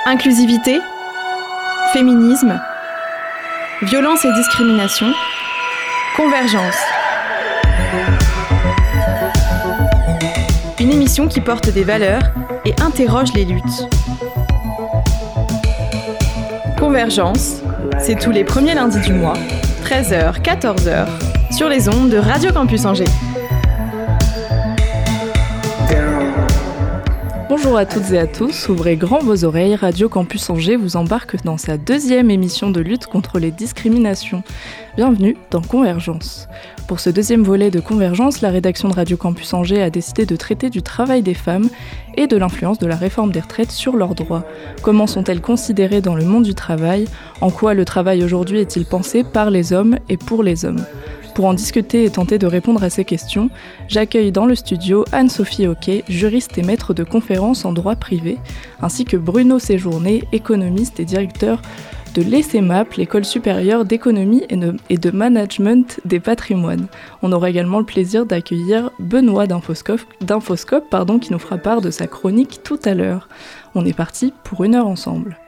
Inclusivité, féminisme, violence et discrimination, convergence. Une émission qui porte des valeurs et interroge les luttes. Convergence, c'est tous les premiers lundis du mois, 13h, 14h, sur les ondes de Radio Campus Angers. Bonjour à toutes et à tous, ouvrez grand vos oreilles, Radio Campus Angers vous embarque dans sa deuxième émission de lutte contre les discriminations. Bienvenue dans Convergence. Pour ce deuxième volet de Convergence, la rédaction de Radio Campus Angers a décidé de traiter du travail des femmes et de l'influence de la réforme des retraites sur leurs droits. Comment sont-elles considérées dans le monde du travail ? En quoi le travail aujourd'hui est-il pensé par les hommes et pour les hommes ? Pour en discuter et tenter de répondre à ces questions, j'accueille dans le studio Anne-Sophie Hoquet, juriste et maître de conférences en droit privé, ainsi que Bruno Séjourné, économiste et directeur de l'ESEMAP, l'École supérieure d'économie et de management des patrimoines. On aura également le plaisir d'accueillir Benoît d'Infoscope, qui nous fera part de sa chronique tout à l'heure. On est parti pour 1 heure ensemble.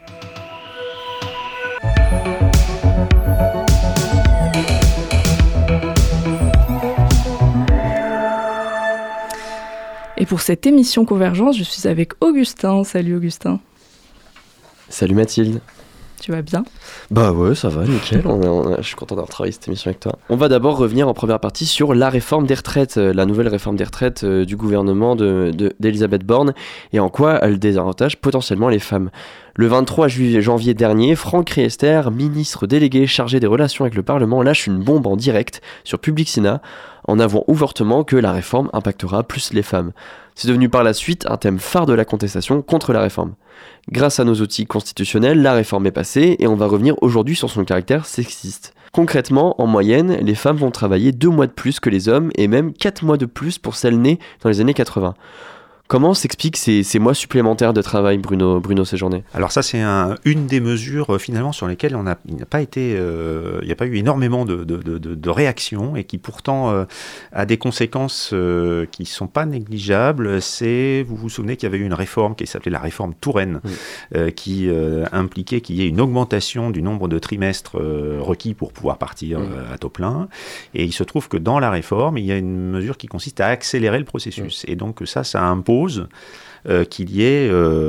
Et pour cette émission Convergence, je suis avec Augustin. Salut Augustin. Salut Mathilde. Tu vas bien ? Bah ouais, ça va, nickel. Je suis content d'avoir travaillé cette émission avec toi. On va d'abord revenir en première partie sur la réforme des retraites, la nouvelle réforme des retraites du gouvernement d'Elisabeth Borne et en quoi elle désavantage potentiellement les femmes. Le 23 janvier dernier, Franck Riester, ministre délégué chargé des relations avec le Parlement, lâche une bombe en direct sur Public Sénat en avouant ouvertement que la réforme impactera plus les femmes. C'est devenu par la suite un thème phare de la contestation contre la réforme. Grâce à nos outils constitutionnels, la réforme est passée et on va revenir aujourd'hui sur son caractère sexiste. Concrètement, en moyenne, les femmes vont travailler 2 mois de plus que les hommes et même 4 mois de plus pour celles nées dans les années 80. Comment s'expliquent ces mois supplémentaires de travail, Bruno Séjourné ? Alors ça, c'est une des mesures finalement sur lesquelles il n'y a pas eu énormément de réactions et qui pourtant a des conséquences qui ne sont pas négligeables. Vous vous souvenez qu'il y avait eu une réforme qui s'appelait la réforme Touraine, qui impliquait qu'il y ait une augmentation du nombre de trimestres requis pour pouvoir partir à taux plein. Et il se trouve que dans la réforme, il y a une mesure qui consiste à accélérer le processus. Et donc ça impose qu'il y ait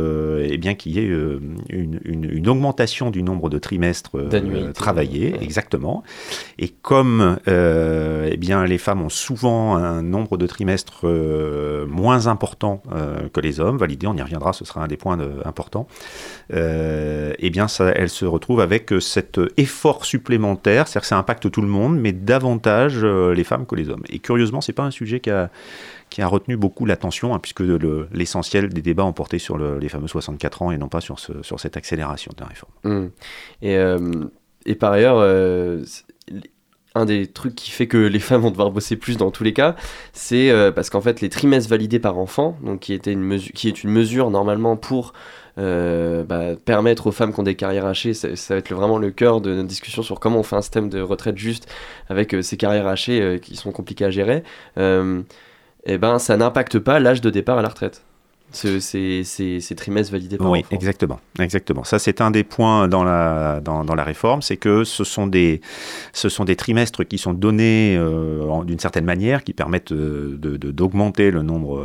une augmentation du nombre de trimestres travaillés, exactement. Et comme les femmes ont souvent un nombre de trimestres moins important que les hommes, validé, on y reviendra, ce sera un des points importants, elles se retrouvent avec cet effort supplémentaire, c'est-à-dire que ça impacte tout le monde, mais davantage les femmes que les hommes. Et curieusement, c'est pas un sujet qui a retenu beaucoup l'attention, puisque l'essentiel des débats ont porté sur les fameux 64 ans et non pas sur cette accélération de la réforme. Et par ailleurs, un des trucs qui fait que les femmes vont devoir bosser plus dans tous les cas, c'est parce qu'en fait les trimestres validés par enfant, donc qui est une mesure normalement pour permettre aux femmes qui ont des carrières hachées, ça va être vraiment le cœur de notre discussion sur comment on fait un système de retraite juste avec ces carrières hachées qui sont compliquées à gérer. Ça n'impacte pas l'âge de départ à la retraite. Ces trimestres validés par enfant. Oui, exactement. Ça, c'est un des points dans la réforme, c'est que ce sont des trimestres qui sont donnés d'une certaine manière, qui permettent d'augmenter le nombre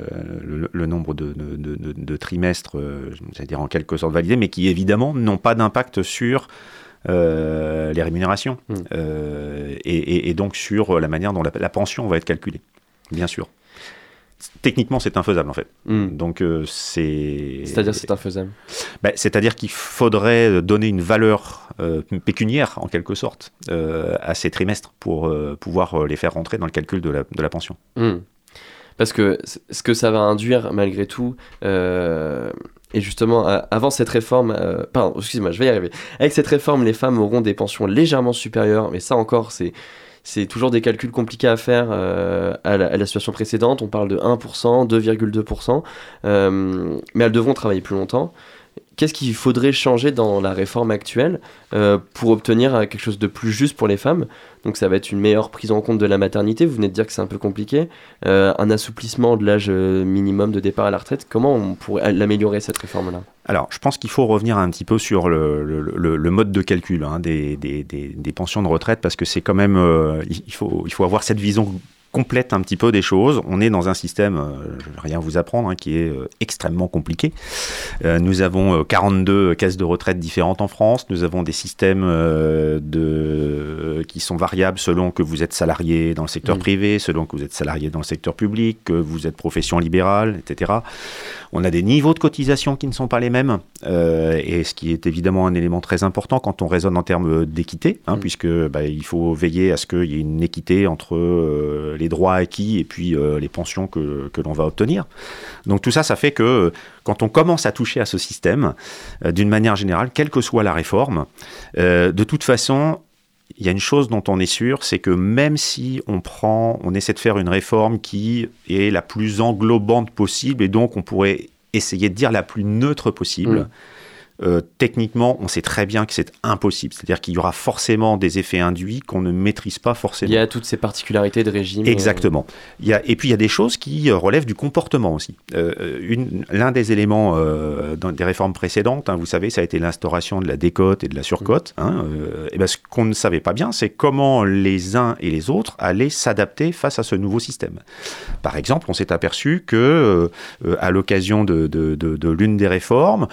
de trimestres, j'allais dire en quelque sorte validés, mais qui évidemment n'ont pas d'impact sur les rémunérations et donc sur la manière dont la pension va être calculée. Bien sûr. Techniquement, c'est infaisable, en fait. Donc, c'est-à-dire, c'est infaisable ? C'est-à-dire qu'il faudrait donner une valeur pécuniaire, en quelque sorte, à ces trimestres pour pouvoir les faire rentrer dans le calcul de la pension. Parce que ce que ça va induire, malgré tout... Et justement, avant cette réforme... je vais y arriver. Avec cette réforme, les femmes auront des pensions légèrement supérieures, mais ça encore, c'est toujours des calculs compliqués à faire à la situation précédente. On parle de 1%, 2,2%, mais elles devront travailler plus longtemps. Qu'est-ce qu'il faudrait changer dans la réforme actuelle pour obtenir quelque chose de plus juste pour les femmes? Donc ça va être une meilleure prise en compte de la maternité, vous venez de dire que c'est un peu compliqué, un assouplissement de l'âge minimum de départ à la retraite. Comment on pourrait l'améliorer, cette réforme-là? Alors, je pense qu'il faut revenir un petit peu sur le mode de calcul des pensions de retraite, parce que c'est quand même... il faut avoir cette vision complète un petit peu des choses. On est dans un système, je ne vais rien vous apprendre, qui est extrêmement compliqué. Nous avons 42 caisses de retraite différentes en France. Nous avons des systèmes qui sont variables selon que vous êtes salarié dans le secteur privé, selon que vous êtes salarié dans le secteur public, que vous êtes profession libérale, etc. On a des niveaux de cotisation qui ne sont pas les mêmes, et ce qui est évidemment un élément très important quand on raisonne en termes d'équité, puisque il faut veiller à ce qu'il y ait une équité entre les droits acquis et puis les pensions que l'on va obtenir. Donc tout ça, ça fait que quand on commence à toucher à ce système, d'une manière générale, quelle que soit la réforme, de toute façon, il y a une chose dont on est sûr, c'est que même si on essaie de faire une réforme qui est la plus englobante possible, et donc on pourrait essayer de dire la plus neutre possible, techniquement, on sait très bien que c'est impossible. C'est-à-dire qu'il y aura forcément des effets induits qu'on ne maîtrise pas forcément. Il y a toutes ces particularités de régime. Exactement. Et puis il y a des choses qui relèvent du comportement aussi. L'un des éléments dans des réformes précédentes, vous savez, ça a été l'instauration de la décote et de la surcote. Ce qu'on ne savait pas bien, c'est comment les uns et les autres allaient s'adapter face à ce nouveau système. Par exemple, on s'est aperçu que à l'occasion de l'une des réformes,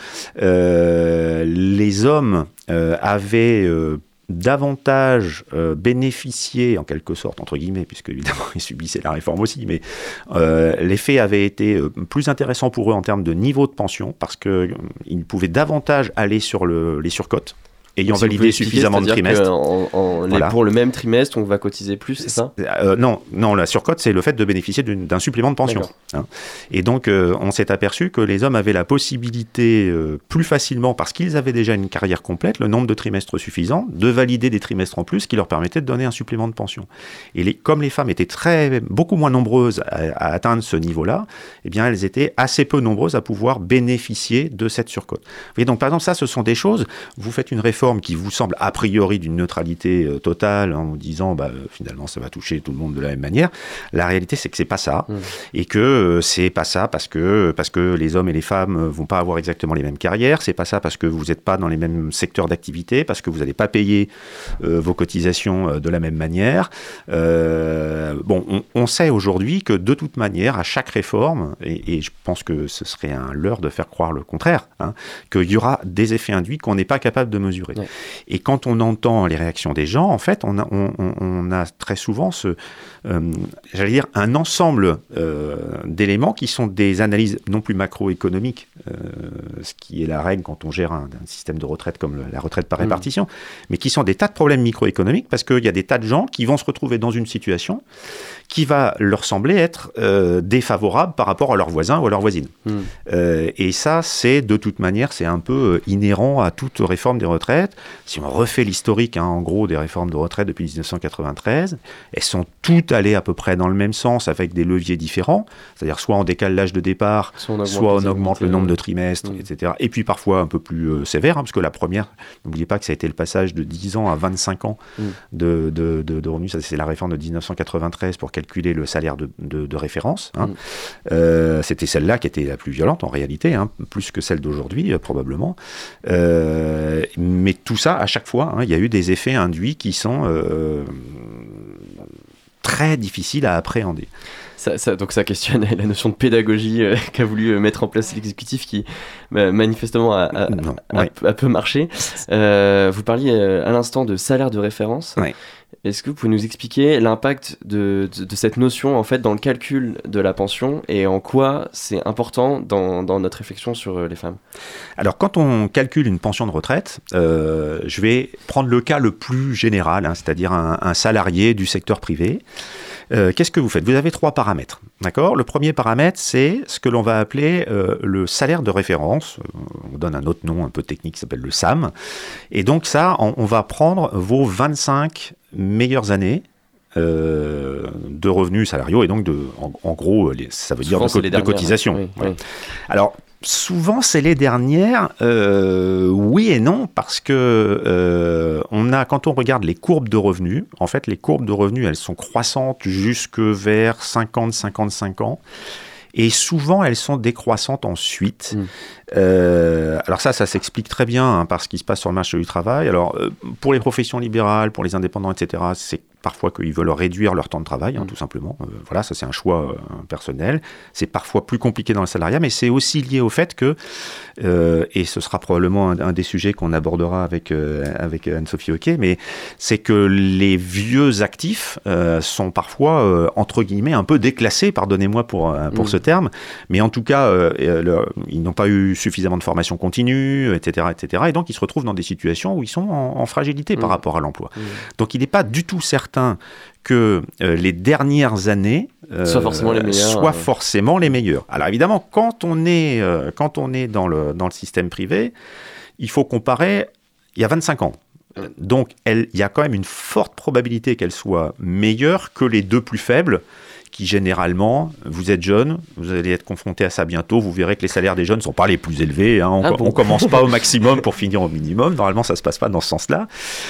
les hommes avaient davantage bénéficié, en quelque sorte, entre guillemets, puisque évidemment ils subissaient la réforme aussi, mais l'effet avait été plus intéressant pour eux en termes de niveau de pension, parce qu'ils pouvaient davantage aller sur les surcotes, ayant validé suffisamment de trimestres. Pour le même trimestre, on va cotiser plus, c'est ça? Non, la surcote, c'est le fait de bénéficier d'un supplément de pension. Et donc, on s'est aperçu que les hommes avaient la possibilité, plus facilement, parce qu'ils avaient déjà une carrière complète, le nombre de trimestres suffisant, de valider des trimestres en plus qui leur permettaient de donner un supplément de pension. Et comme les femmes étaient beaucoup moins nombreuses à atteindre ce niveau-là, eh bien, elles étaient assez peu nombreuses à pouvoir bénéficier de cette surcote. Vous voyez, donc, par exemple, ça, ce sont des choses, vous faites une réforme qui vous semble a priori d'une neutralité totale, en vous disant finalement ça va toucher tout le monde de la même manière. La réalité, c'est que c'est pas ça, et que c'est pas ça parce que les hommes et les femmes vont pas avoir exactement les mêmes carrières, c'est pas ça parce que vous n'êtes pas dans les mêmes secteurs d'activité, parce que vous n'allez pas payer vos cotisations de la même manière. On sait aujourd'hui que de toute manière, à chaque réforme, et je pense que ce serait un leurre de faire croire le contraire, qu'il y aura des effets induits qu'on n'est pas capable de mesurer. Ouais. Et quand on entend les réactions des gens, en fait, on a très souvent un ensemble d'éléments qui sont des analyses non plus macroéconomiques, ce qui est la règle quand on gère un système de retraite comme la retraite par répartition, mais qui sont des tas de problèmes microéconomiques, parce qu'il y a des tas de gens qui vont se retrouver dans une situation qui va leur sembler être défavorable par rapport à leurs voisins ou à leurs voisines. Et ça, c'est de toute manière, c'est un peu inhérent à toute réforme des retraites. Si on refait l'historique, en gros, des réformes de retraite depuis 1993, elles sont toutes allées à peu près dans le même sens, avec des leviers différents. C'est-à-dire soit on décale l'âge de départ, soit on augmente le nombre de trimestres, etc. Et puis parfois un peu plus sévère, parce que la première, n'oubliez pas que ça a été le passage de 10 ans à 25 ans de revenus. Ça, c'est la réforme de 1993 pour calculer le salaire de référence. C'était celle-là qui était la plus violente en réalité, plus que celle d'aujourd'hui probablement. Mais tout ça, à chaque fois, il y a eu des effets induits qui sont très difficiles à appréhender. Donc ça questionne la notion de pédagogie qu'a voulu mettre en place l'exécutif, qui manifestement a peu marché. Vous parliez à l'instant de salaire de référence. Ouais. Est-ce que vous pouvez nous expliquer l'impact de cette notion en fait dans le calcul de la pension, et en quoi c'est important dans notre réflexion sur les femmes? Alors quand on calcule une pension de retraite, je vais prendre le cas le plus général, c'est-à-dire un salarié du secteur privé. Qu'est-ce que vous faites? Vous avez 3 paramètres. D'accord? Le premier paramètre, c'est ce que l'on va appeler le salaire de référence. On donne un autre nom un peu technique qui s'appelle le SAM. Et donc ça, on va prendre vos 25 meilleures années de revenus salariaux, et donc en gros, ça veut dire de cotisation. Oui. Alors, Souvent, c'est les dernières. Oui et non, parce que quand on regarde les courbes de revenus, en fait, les courbes de revenus, elles sont croissantes jusque vers 50-55 ans. Et souvent, elles sont décroissantes ensuite. Alors ça s'explique très bien par ce qui se passe sur le marché du travail. Alors, pour les professions libérales, pour les indépendants, etc., c'est parfois qu'ils veulent réduire leur temps de travail, tout simplement. Voilà, ça c'est un choix personnel. C'est parfois plus compliqué dans le salariat, mais c'est aussi lié au fait que, et ce sera probablement un des sujets qu'on abordera avec Anne-Sophie Hoquet, mais c'est que les vieux actifs sont parfois, entre guillemets, un peu déclassés, pardonnez-moi pour ce terme, mais en tout cas, ils n'ont pas eu suffisamment de formation continue, etc., etc., et donc ils se retrouvent dans des situations où ils sont en fragilité par rapport à l'emploi. Donc il n'est pas du tout certain que les dernières années soient forcément les meilleures. Alors évidemment, quand on est dans le système privé, il faut comparer il y a 25 ans. Donc il y a quand même une forte probabilité qu'elle soit meilleure que les deux plus faibles, qui généralement, vous êtes jeune, vous allez être confronté à ça bientôt, vous verrez que les salaires des jeunes ne sont pas les plus élevés, on ne commence pas au maximum pour finir au minimum, normalement ça ne se passe pas dans ce sens-là,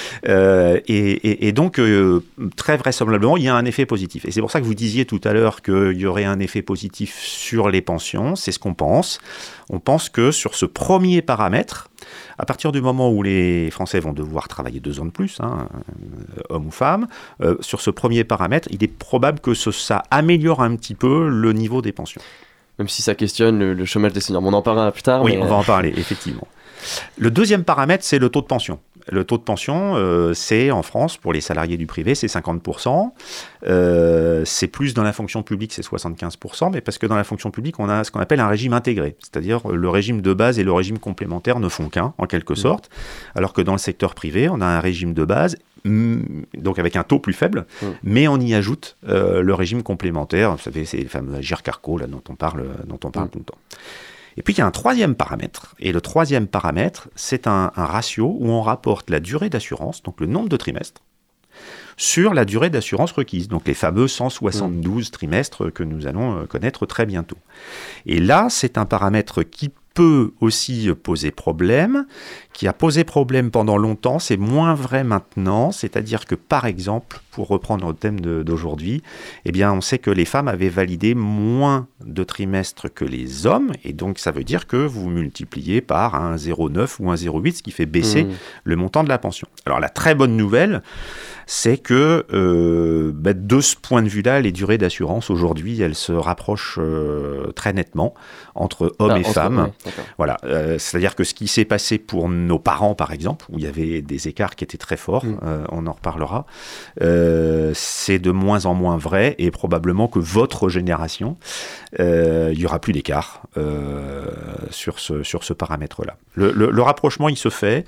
et donc très vraisemblablement il y a un effet positif, et c'est pour ça que vous disiez tout à l'heure qu'il y aurait un effet positif sur les pensions, c'est ce qu'on pense. On pense que sur ce premier paramètre, à partir du moment où les Français vont devoir travailler 2 ans de plus, hommes ou femmes, sur ce premier paramètre, il est probable que ça améliore un petit peu le niveau des pensions. Même si ça questionne le chômage des seniors. On en parlera plus tard. Oui, on va en parler, effectivement. Le deuxième paramètre, c'est le taux de pension. Le taux de pension, c'est en France, pour les salariés du privé, c'est 50%. C'est plus dans la fonction publique, c'est 75%, mais parce que dans la fonction publique, on a ce qu'on appelle un régime intégré. C'est-à-dire le régime de base et le régime complémentaire ne font qu'un, en quelque sorte. Alors que dans le secteur privé, on a un régime de base, donc avec un taux plus faible, mais on y ajoute le régime complémentaire. Vous savez, c'est les fameux Agirc Arrco là, dont on parle tout le temps. Et puis il y a un troisième paramètre, et le troisième paramètre, c'est un ratio où on rapporte la durée d'assurance, donc le nombre de trimestres, sur la durée d'assurance requise, donc les fameux 172 trimestres que nous allons connaître très bientôt. Et là, c'est un paramètre qui peut aussi poser problème, qui a posé problème pendant longtemps, c'est moins vrai maintenant, c'est-à-dire que par exemple, pour reprendre le thème d'aujourd'hui, eh bien on sait que les femmes avaient validé moins de trimestres que les hommes, et donc ça veut dire que vous multipliez par un 0,9 ou un 0,8, ce qui fait baisser le montant de la pension. Alors la très bonne nouvelle, c'est que de ce point de vue-là, les durées d'assurance aujourd'hui, elles se rapprochent très nettement entre hommes et femmes. Voilà, c'est-à-dire que ce qui s'est passé pour nos parents, par exemple, où il y avait des écarts qui étaient très forts, on en reparlera, c'est de moins en moins vrai, et probablement que votre génération, il n'y aura plus d'écart sur ce paramètre-là. Le rapprochement, il se fait.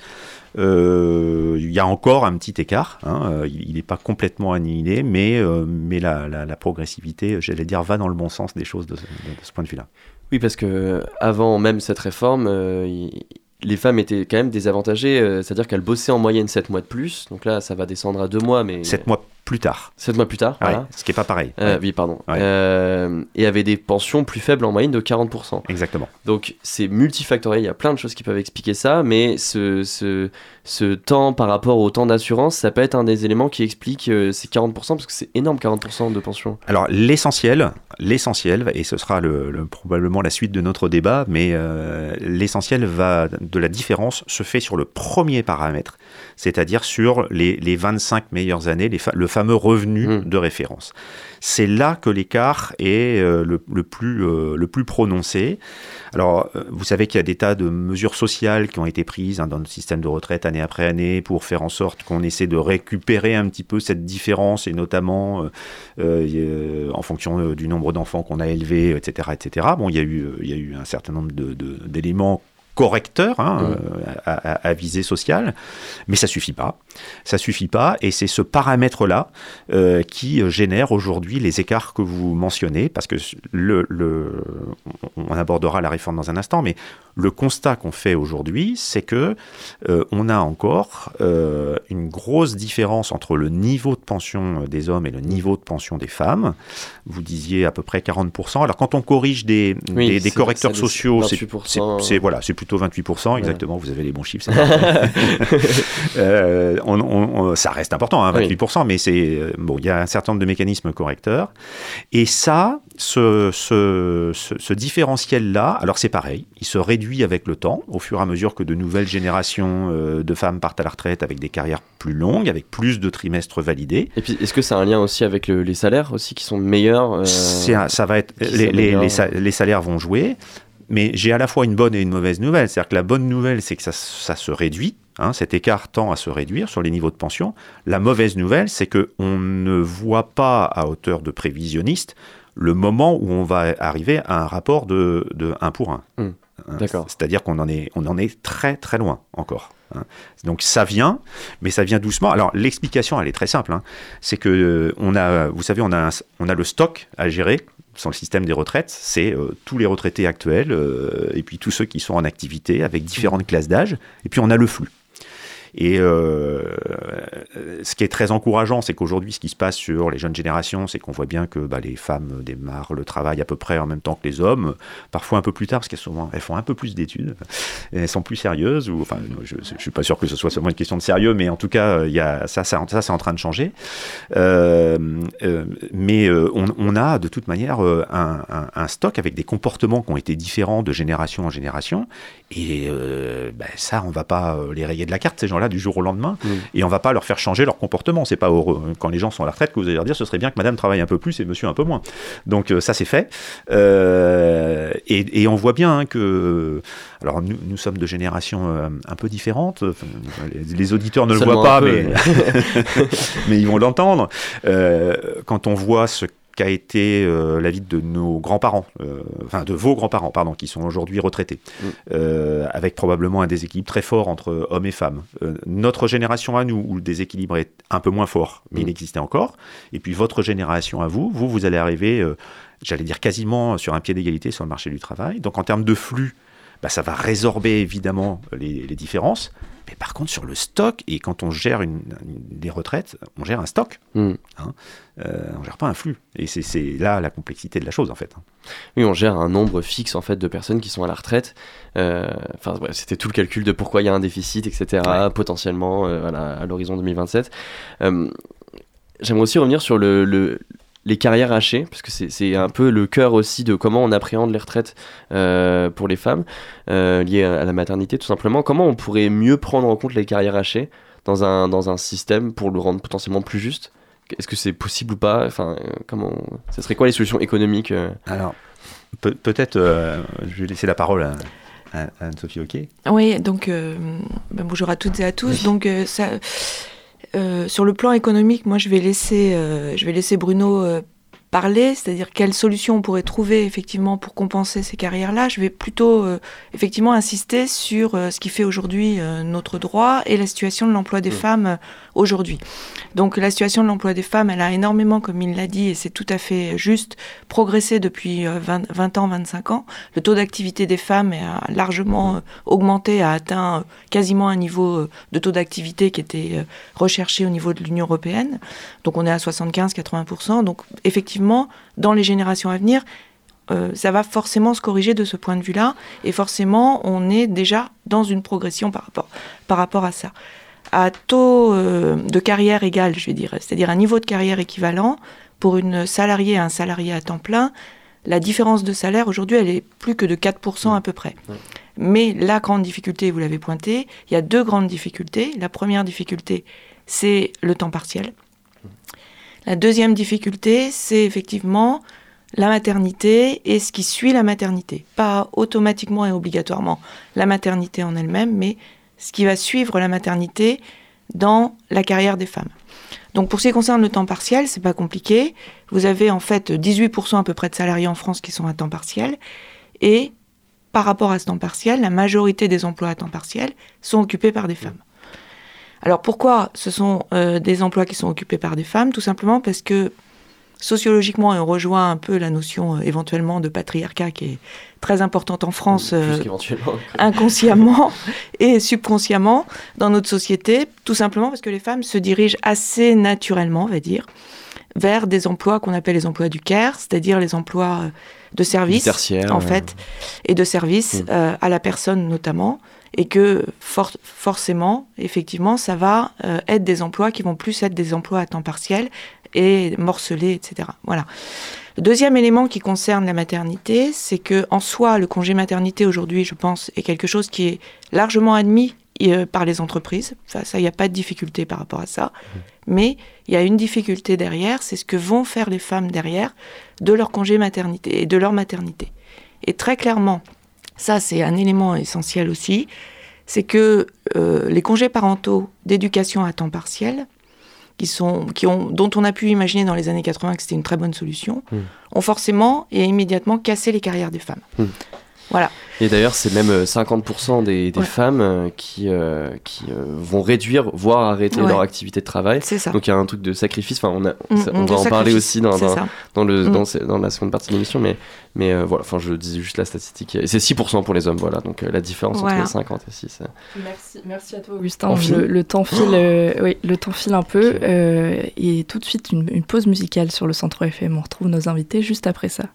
Il y a encore un petit écart, il n'est pas complètement annihilé, mais la progressivité, j'allais dire, va dans le bon sens des choses de ce point de vue-là. Oui, parce que avant même cette réforme, les femmes étaient quand même désavantagées, c'est-à-dire qu'elles bossaient en moyenne 7 mois de plus, donc là ça va descendre à 2 mois, mais... 7 mois plus tard. 7 mois plus tard, ouais, voilà. Ce qui n'est pas pareil. Oui, pardon. Ouais. Et avaient des pensions plus faibles en moyenne de 40%. Exactement. Donc c'est multifactoriel, il y a plein de choses qui peuvent expliquer ça, mais ce temps par rapport au temps d'assurance, ça peut être un des éléments qui explique ces 40%, parce que c'est énorme, 40% de pension. Alors l'essentiel, et ce sera probablement la suite de notre débat, mais l'essentiel de la différence se fait sur le premier paramètre, c'est-à-dire sur les 25 meilleures années, le fameux revenu de référence. C'est là que l'écart est le plus prononcé. Alors, vous savez qu'il y a des tas de mesures sociales qui ont été prises dans notre système de retraite année après année pour faire en sorte qu'on essaie de récupérer un petit peu cette différence, et notamment en fonction du nombre d'enfants qu'on a élevés, etc., etc. Bon, il y a eu un certain nombre d'éléments correcteur à visée sociale, mais ça suffit pas. Ça suffit pas, et c'est ce paramètre-là qui génère aujourd'hui les écarts que vous mentionnez, parce que on abordera la réforme dans un instant, mais le constat qu'on fait aujourd'hui, c'est que on a encore une grosse différence entre le niveau de pension des hommes et le niveau de pension des femmes. Vous disiez à peu près 40%. Alors quand on corrige des correcteurs sociaux, c'est plutôt 28%, exactement, vous avez les bons chiffres. Ça reste important, 28%, mais il y a un certain nombre de mécanismes correcteurs. Et ça, ce différentiel-là, alors c'est pareil, il se réduit avec le temps, au fur et à mesure que de nouvelles générations de femmes partent à la retraite avec des carrières plus longues, avec plus de trimestres validés. Et puis, est-ce que ça a un lien aussi avec les salaires aussi qui sont meilleurs ça va être les salaires vont jouer. Mais j'ai à la fois une bonne et une mauvaise nouvelle. C'est-à-dire que la bonne nouvelle, c'est que ça se réduit. Cet écart tend à se réduire sur les niveaux de pension. La mauvaise nouvelle, c'est qu'on ne voit pas à hauteur de prévisionniste le moment où on va arriver à un rapport de 1 pour 1. D'accord. C'est-à-dire qu'on en est très très loin encore. Donc ça vient, mais ça vient doucement. Alors l'explication, elle est très simple. C'est que on a le stock à gérer. Sur le système des retraites, c'est tous les retraités actuels et puis tous ceux qui sont en activité avec différentes classes d'âge, et puis on a le flux. Et ce qui est très encourageant, c'est qu'aujourd'hui, ce qui se passe sur les jeunes générations, c'est qu'on voit bien que les femmes démarrent le travail à peu près en même temps que les hommes, parfois un peu plus tard, parce qu'elles font un peu plus d'études, elles sont plus sérieuses, je ne suis pas sûr que ce soit seulement une question de sérieux, mais en tout cas, ça c'est en train de changer. Mais on a de toute manière un stock avec des comportements qui ont été différents de génération en génération, et ça, on ne va pas les rayer de la carte, ces gens-là, du jour au lendemain, et on va pas leur faire changer leur comportement. C'est pas quand les gens sont à la retraite que vous allez leur dire ce serait bien que madame travaille un peu plus et monsieur un peu moins. Donc ça c'est fait, et on voit bien que alors nous sommes de générations un peu différentes, les auditeurs ne le voient pas, mais mais ils vont l'entendre quand on voit ce qu'a été la vie de nos grands-parents, de vos grands-parents, pardon, qui sont aujourd'hui retraités, avec probablement un déséquilibre très fort entre hommes et femmes. Notre génération à nous, où le déséquilibre est un peu moins fort, mais il existait encore, et puis votre génération à vous allez arriver, j'allais dire quasiment sur un pied d'égalité sur le marché du travail. Donc en termes de flux, ça va résorber évidemment les différences. Mais par contre, sur le stock, et quand on gère des retraites, on gère un stock. On ne gère pas un flux. Et c'est là la complexité de la chose, en fait. Oui, on gère un nombre fixe, en fait, de personnes qui sont à la retraite. C'était tout le calcul de pourquoi il y a un déficit, etc., potentiellement, à l'horizon 2027. J'aimerais aussi revenir sur les carrières hachées, parce que c'est un peu le cœur aussi de comment on appréhende les retraites pour les femmes, liées à la maternité tout simplement. Comment on pourrait mieux prendre en compte les carrières hachées dans un système pour le rendre potentiellement plus juste ? Est-ce que c'est possible ou pas ? Ça serait quoi les solutions économiques Alors, peut-être, je vais laisser la parole à Anne-Sophie Oquet. Oui, donc bonjour à toutes et à tous. Donc sur le plan économique, moi je vais laisser Bruno parler, c'est-à-dire quelles solutions on pourrait trouver effectivement pour compenser ces carrières-là. Je vais plutôt effectivement insister sur ce qui fait aujourd'hui notre droit et la situation de l'emploi des femmes aujourd'hui. Donc la situation de l'emploi des femmes, elle a énormément, comme il l'a dit, et c'est tout à fait juste, progressé depuis 20 ans, 25 ans. Le taux d'activité des femmes a largement augmenté, a atteint quasiment un niveau de taux d'activité qui était recherché au niveau de l'Union européenne. Donc on est à 75-80%. Donc effectivement, dans les générations à venir, ça va forcément se corriger de ce point de vue-là. Et forcément, on est déjà dans une progression par rapport à ça. À taux de carrière égal, je vais dire, c'est-à-dire un niveau de carrière équivalent, pour une salariée et un salarié à temps plein, la différence de salaire, aujourd'hui, elle est plus que de 4% à peu près. Mais la grande difficulté, vous l'avez pointé, il y a deux grandes difficultés. La première difficulté, c'est le temps partiel. La deuxième difficulté, c'est effectivement la maternité et ce qui suit la maternité. Pas automatiquement et obligatoirement la maternité en elle-même, mais ce qui va suivre la maternité dans la carrière des femmes. Donc pour ce qui concerne le temps partiel, c'est pas compliqué. Vous avez en fait 18% à peu près de salariés en France qui sont à temps partiel et par rapport à ce temps partiel, la majorité des emplois à temps partiel sont occupés par des femmes. Alors pourquoi ce sont des emplois qui sont occupés par des femmes ? Tout simplement parce que sociologiquement, on rejoint un peu la notion éventuellement de patriarcat qui est très importante en France, inconsciemment et subconsciemment dans notre société, tout simplement parce que les femmes se dirigent assez naturellement, on va dire, vers des emplois qu'on appelle les emplois du care, c'est-à-dire les emplois de service, en fait, et de service à la personne notamment, et que forcément, effectivement, ça va être des emplois qui vont plus être des emplois à temps partiel et morcelés, etc. Voilà. Le deuxième élément qui concerne la maternité, c'est que en soi, le congé maternité aujourd'hui, je pense, est quelque chose qui est largement admis par les entreprises. Ça, il n'y a pas de difficulté par rapport à ça. Mais il y a une difficulté derrière, c'est ce que vont faire les femmes derrière de leur congé maternité et de leur maternité. Et très clairement, ça c'est un élément essentiel aussi, c'est que les congés parentaux d'éducation à temps partiel, dont on a pu imaginer dans les années 80 que c'était une très bonne solution, ont forcément et immédiatement cassé les carrières des femmes. Voilà. Et d'ailleurs, c'est même 50% des femmes qui vont réduire, voire arrêter leur activité de travail. C'est ça. Donc il y a un truc de sacrifice. Enfin, on va en parler aussi dans la seconde partie de l'émission. Mais voilà, enfin, je disais juste la statistique. Et c'est 6% pour les hommes, voilà. Donc la différence entre les 50 et 6. Merci à toi, Augustin. Le temps file un peu. Et tout de suite, une pause musicale sur le Centre FM. On retrouve nos invités juste après ça.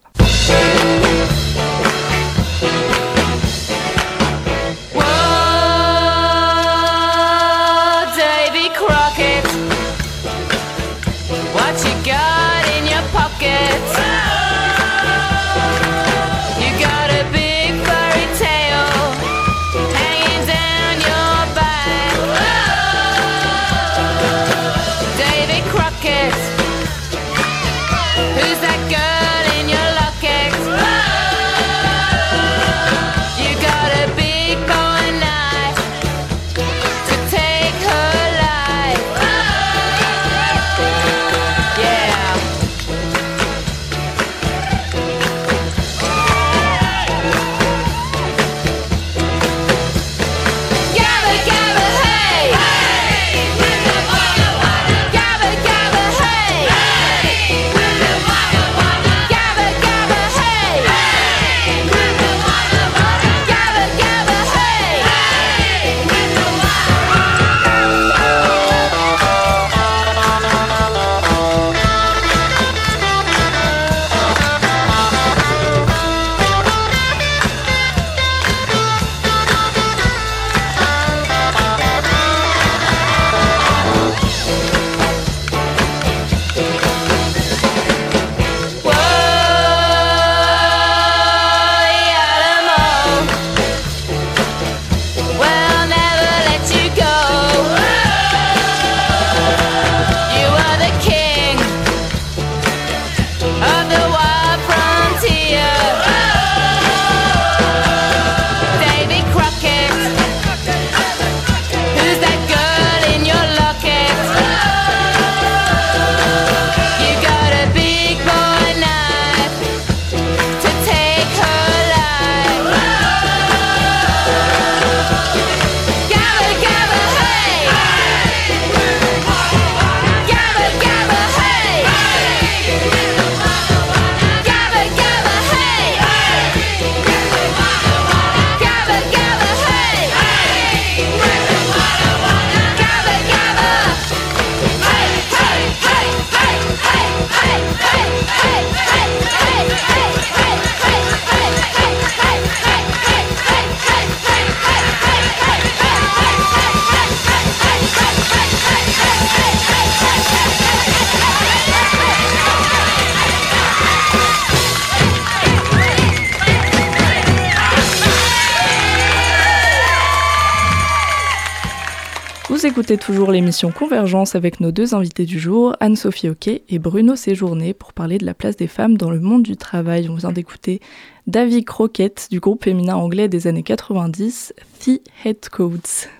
Vous écoutez toujours l'émission Convergence avec nos deux invités du jour, Anne-Sophie Oquet et Bruno Séjourné, pour parler de la place des femmes dans le monde du travail. On vient d'écouter Davy Crockett du groupe féminin anglais des années 90, The Headcoats.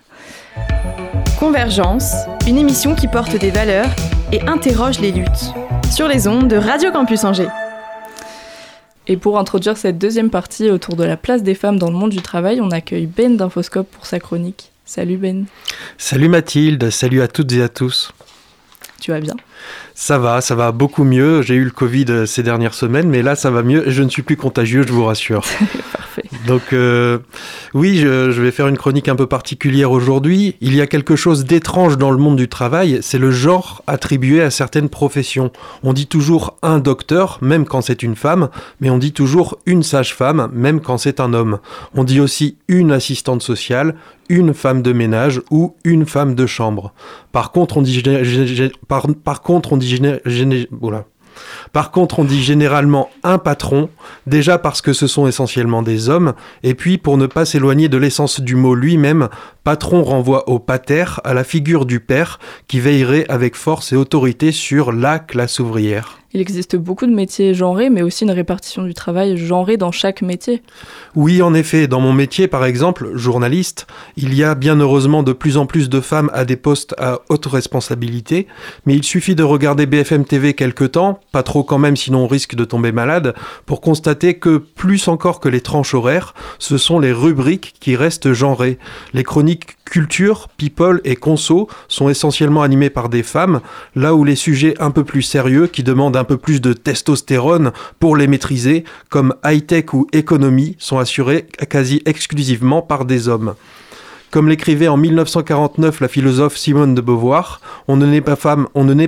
Convergence, une émission qui porte des valeurs et interroge les luttes. Sur les ondes de Radio Campus Angers. Et pour introduire cette deuxième partie autour de la place des femmes dans le monde du travail, on accueille Ben d'Infoscope pour sa chronique. Salut Ben. Salut Mathilde, salut à toutes et à tous. Tu vas bien ? Ça va beaucoup mieux. J'ai eu le Covid ces dernières semaines, mais là ça va mieux et je ne suis plus contagieux, je vous rassure. Parfait. Donc oui, je vais faire une chronique un peu particulière aujourd'hui. Il y a quelque chose d'étrange dans le monde du travail, c'est le genre attribué à certaines professions. On dit toujours un docteur, même quand c'est une femme, mais on dit toujours une sage-femme, même quand c'est un homme. On dit aussi une assistante sociale, une femme de ménage ou une femme de chambre. Par contre, on dit généralement un patron, déjà parce que ce sont essentiellement des hommes, et puis pour ne pas s'éloigner de l'essence du mot lui-même, patron renvoie au pater, à la figure du père, qui veillerait avec force et autorité sur la classe ouvrière. Il existe beaucoup de métiers genrés, mais aussi une répartition du travail genrée dans chaque métier. Oui, en effet. Dans mon métier, par exemple, journaliste, il y a bien heureusement de plus en plus de femmes à des postes à haute responsabilité, mais il suffit de regarder BFM TV quelque temps, pas trop quand même sinon on risque de tomber malade, pour constater que, plus encore que les tranches horaires, ce sont les rubriques qui restent genrées. Les chroniques culture, people et conso sont essentiellement animées par des femmes, là où les sujets un peu plus sérieux, qui demandent un peu plus de testostérone pour les maîtriser, comme high-tech ou économie, sont assurés quasi exclusivement par des hommes. Comme l'écrivait en 1949 la philosophe Simone de Beauvoir, on ne naît pas femme,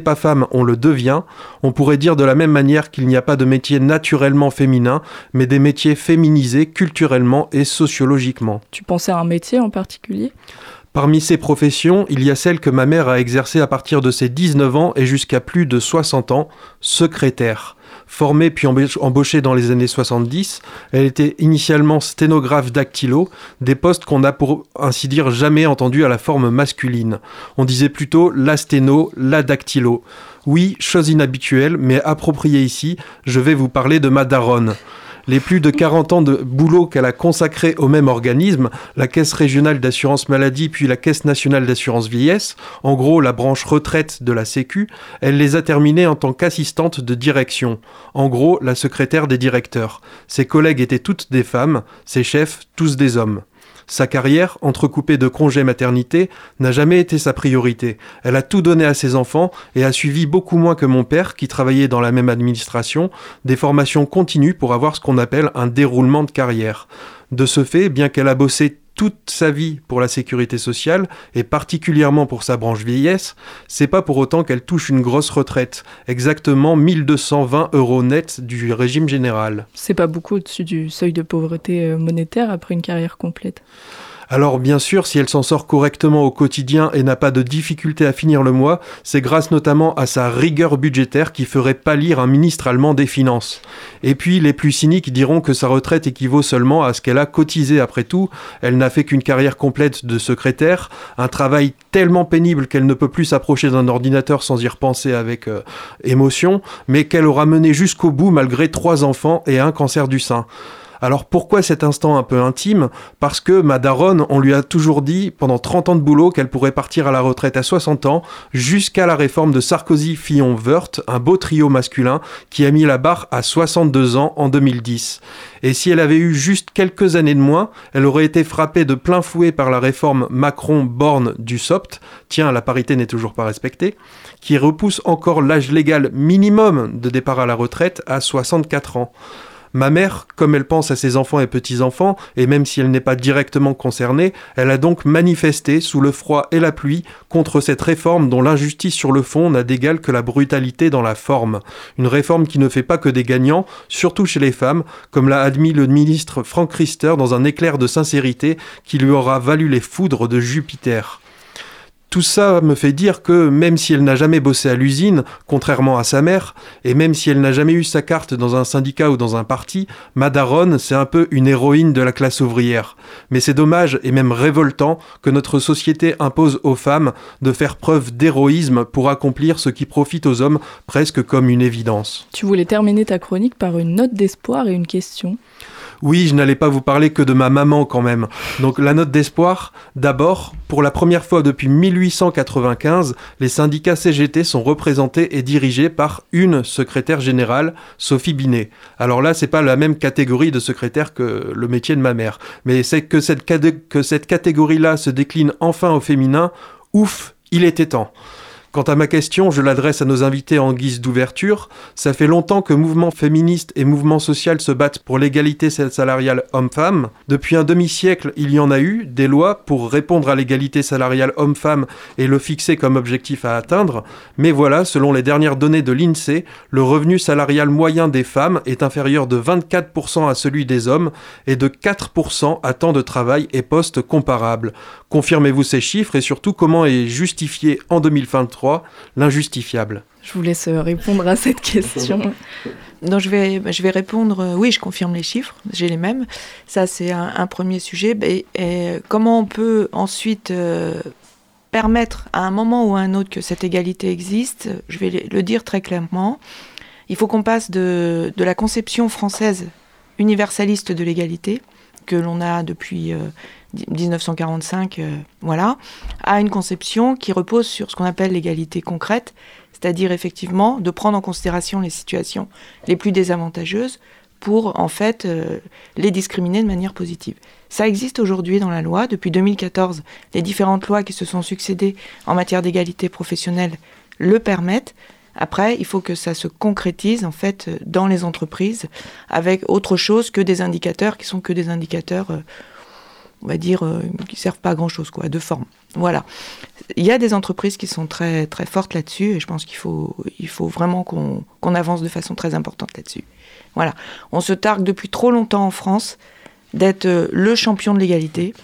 on le devient. On pourrait dire de la même manière qu'il n'y a pas de métier naturellement féminin, mais des métiers féminisés culturellement et sociologiquement. Tu pensais à un métier en particulier ? Parmi ces professions, il y a celle que ma mère a exercée à partir de ses 19 ans et jusqu'à plus de 60 ans, secrétaire. Formée puis embauchée dans les années 70, elle était initialement sténographe dactylo, des postes qu'on n'a pour ainsi dire jamais entendus à la forme masculine. On disait plutôt la sténo, la dactylo. Oui, chose inhabituelle, mais appropriée ici, je vais vous parler de ma daronne. Les plus de 40 ans de boulot qu'elle a consacré au même organisme, la Caisse régionale d'assurance maladie puis la Caisse nationale d'assurance vieillesse, en gros la branche retraite de la Sécu, elle les a terminés en tant qu'assistante de direction, en gros la secrétaire des directeurs. Ses collègues étaient toutes des femmes, ses chefs tous des hommes. Sa carrière, entrecoupée de congés maternité, n'a jamais été sa priorité. Elle a tout donné à ses enfants et a suivi beaucoup moins que mon père, qui travaillait dans la même administration, des formations continues pour avoir ce qu'on appelle un déroulement de carrière. De ce fait, bien qu'elle a bossé toute sa vie pour la sécurité sociale, et particulièrement pour sa branche vieillesse, c'est pas pour autant qu'elle touche une grosse retraite, exactement 1 220 € net du régime général. C'est pas beaucoup au-dessus du seuil de pauvreté monétaire après une carrière complète. Alors bien sûr, si elle s'en sort correctement au quotidien et n'a pas de difficulté à finir le mois, c'est grâce notamment à sa rigueur budgétaire qui ferait pâlir un ministre allemand des Finances. Et puis les plus cyniques diront que sa retraite équivaut seulement à ce qu'elle a cotisé après tout. Elle n'a fait qu'une carrière complète de secrétaire, un travail tellement pénible qu'elle ne peut plus s'approcher d'un ordinateur sans y repenser avec émotion, mais qu'elle aura mené jusqu'au bout malgré 3 enfants et un cancer du sein. Alors pourquoi cet instant un peu intime ? Parce que ma daronne, on lui a toujours dit pendant 30 ans de boulot qu'elle pourrait partir à la retraite à 60 ans, jusqu'à la réforme de Sarkozy-Fillon-Woerth, un beau trio masculin qui a mis la barre à 62 ans en 2010. Et si elle avait eu juste quelques années de moins, elle aurait été frappée de plein fouet par la réforme Macron-Borne du SOPT, tiens, la parité n'est toujours pas respectée, qui repousse encore l'âge légal minimum de départ à la retraite à 64 ans. Ma mère, comme elle pense à ses enfants et petits-enfants, et même si elle n'est pas directement concernée, elle a donc manifesté, sous le froid et la pluie, contre cette réforme dont l'injustice sur le fond n'a d'égal que la brutalité dans la forme. Une réforme qui ne fait pas que des gagnants, surtout chez les femmes, comme l'a admis le ministre Franck Riester dans un éclair de sincérité qui lui aura valu les foudres de Jupiter. Tout ça me fait dire que même si elle n'a jamais bossé à l'usine, contrairement à sa mère, et même si elle n'a jamais eu sa carte dans un syndicat ou dans un parti, ma daronne, c'est un peu une héroïne de la classe ouvrière. Mais c'est dommage et même révoltant que notre société impose aux femmes de faire preuve d'héroïsme pour accomplir ce qui profite aux hommes presque comme une évidence. Tu voulais terminer ta chronique par une note d'espoir et une question. Oui, je n'allais pas vous parler que de ma maman quand même. Donc la note d'espoir, d'abord, pour la première fois depuis 1895, les syndicats CGT sont représentés et dirigés par une secrétaire générale, Sophie Binet. Alors là, c'est pas la même catégorie de secrétaire que le métier de ma mère, mais c'est que cette catégorie-là se décline enfin au féminin. Ouf, il était temps. Quant à ma question, je l'adresse à nos invités en guise d'ouverture. Ça fait longtemps que mouvements féministes et mouvements sociaux se battent pour l'égalité salariale homme-femme. Depuis un demi-siècle, il y en a eu des lois pour répondre à l'égalité salariale homme-femme et le fixer comme objectif à atteindre. Mais voilà, selon les dernières données de l'INSEE, le revenu salarial moyen des femmes est inférieur de 24% à celui des hommes et de 4% à temps de travail et postes comparables. Confirmez-vous ces chiffres et surtout comment est justifié en 2023 l'injustifiable? Je vous laisse répondre à cette question. Donc je vais répondre, oui, je confirme les chiffres, j'ai les mêmes. Ça, c'est un premier sujet. Et comment on peut ensuite permettre à un moment ou à un autre que cette égalité existe? Je vais le dire très clairement. Il faut qu'on passe de la conception française universaliste de l'égalité, que l'on a depuis 1945, à une conception qui repose sur ce qu'on appelle l'égalité concrète, c'est-à-dire effectivement de prendre en considération les situations les plus désavantageuses pour en fait les discriminer de manière positive. Ça existe aujourd'hui dans la loi. Depuis 2014, les différentes lois qui se sont succédées en matière d'égalité professionnelle le permettent. Après, il faut que ça se concrétise en fait dans les entreprises avec autre chose que des indicateurs qui sont que des indicateurs, on va dire, qui servent pas à grand chose, de forme. Voilà. Il y a des entreprises qui sont très très fortes là-dessus et je pense qu'il faut vraiment qu'on avance de façon très importante là-dessus. Voilà. On se targue depuis trop longtemps en France d'être le champion de l'égalité.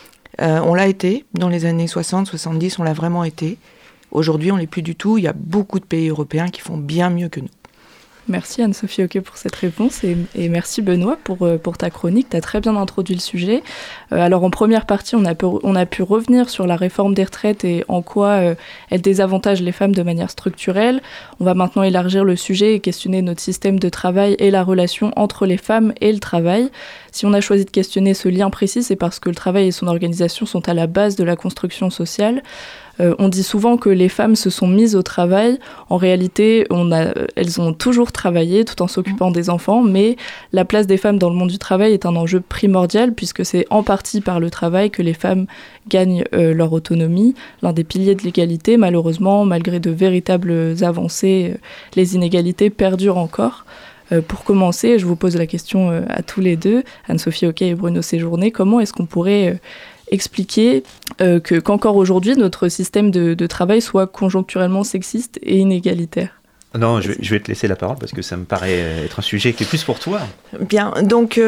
On l'a été dans les années 60, 70, on l'a vraiment été. Aujourd'hui, on ne l'est plus du tout. Il y a beaucoup de pays européens qui font bien mieux que nous. Merci Anne-Sophie Oquet pour cette réponse et merci Benoît pour ta chronique. Tu as très bien introduit le sujet. Alors en première partie, on a pu revenir sur la réforme des retraites et en quoi elle désavantage les femmes de manière structurelle. On va maintenant élargir le sujet et questionner notre système de travail et la relation entre les femmes et le travail. Si on a choisi de questionner ce lien précis, c'est parce que le travail et son organisation sont à la base de la construction sociale. On dit souvent que les femmes se sont mises au travail. En réalité, elles ont toujours travaillé tout en s'occupant des enfants, mais la place des femmes dans le monde du travail est un enjeu primordial puisque c'est en partie par le travail que les femmes gagnent leur autonomie. L'un des piliers de l'égalité, malheureusement, malgré de véritables avancées, les inégalités perdurent encore. Pour commencer, je vous pose la question à tous les deux, Anne-Sophie Oquet et Bruno Séjourné, comment est-ce qu'on pourrait expliquer qu'encore aujourd'hui, notre système de travail soit conjoncturellement sexiste et inégalitaire? Non, je vais te laisser la parole parce que ça me paraît être un sujet qui est plus pour toi. Bien, donc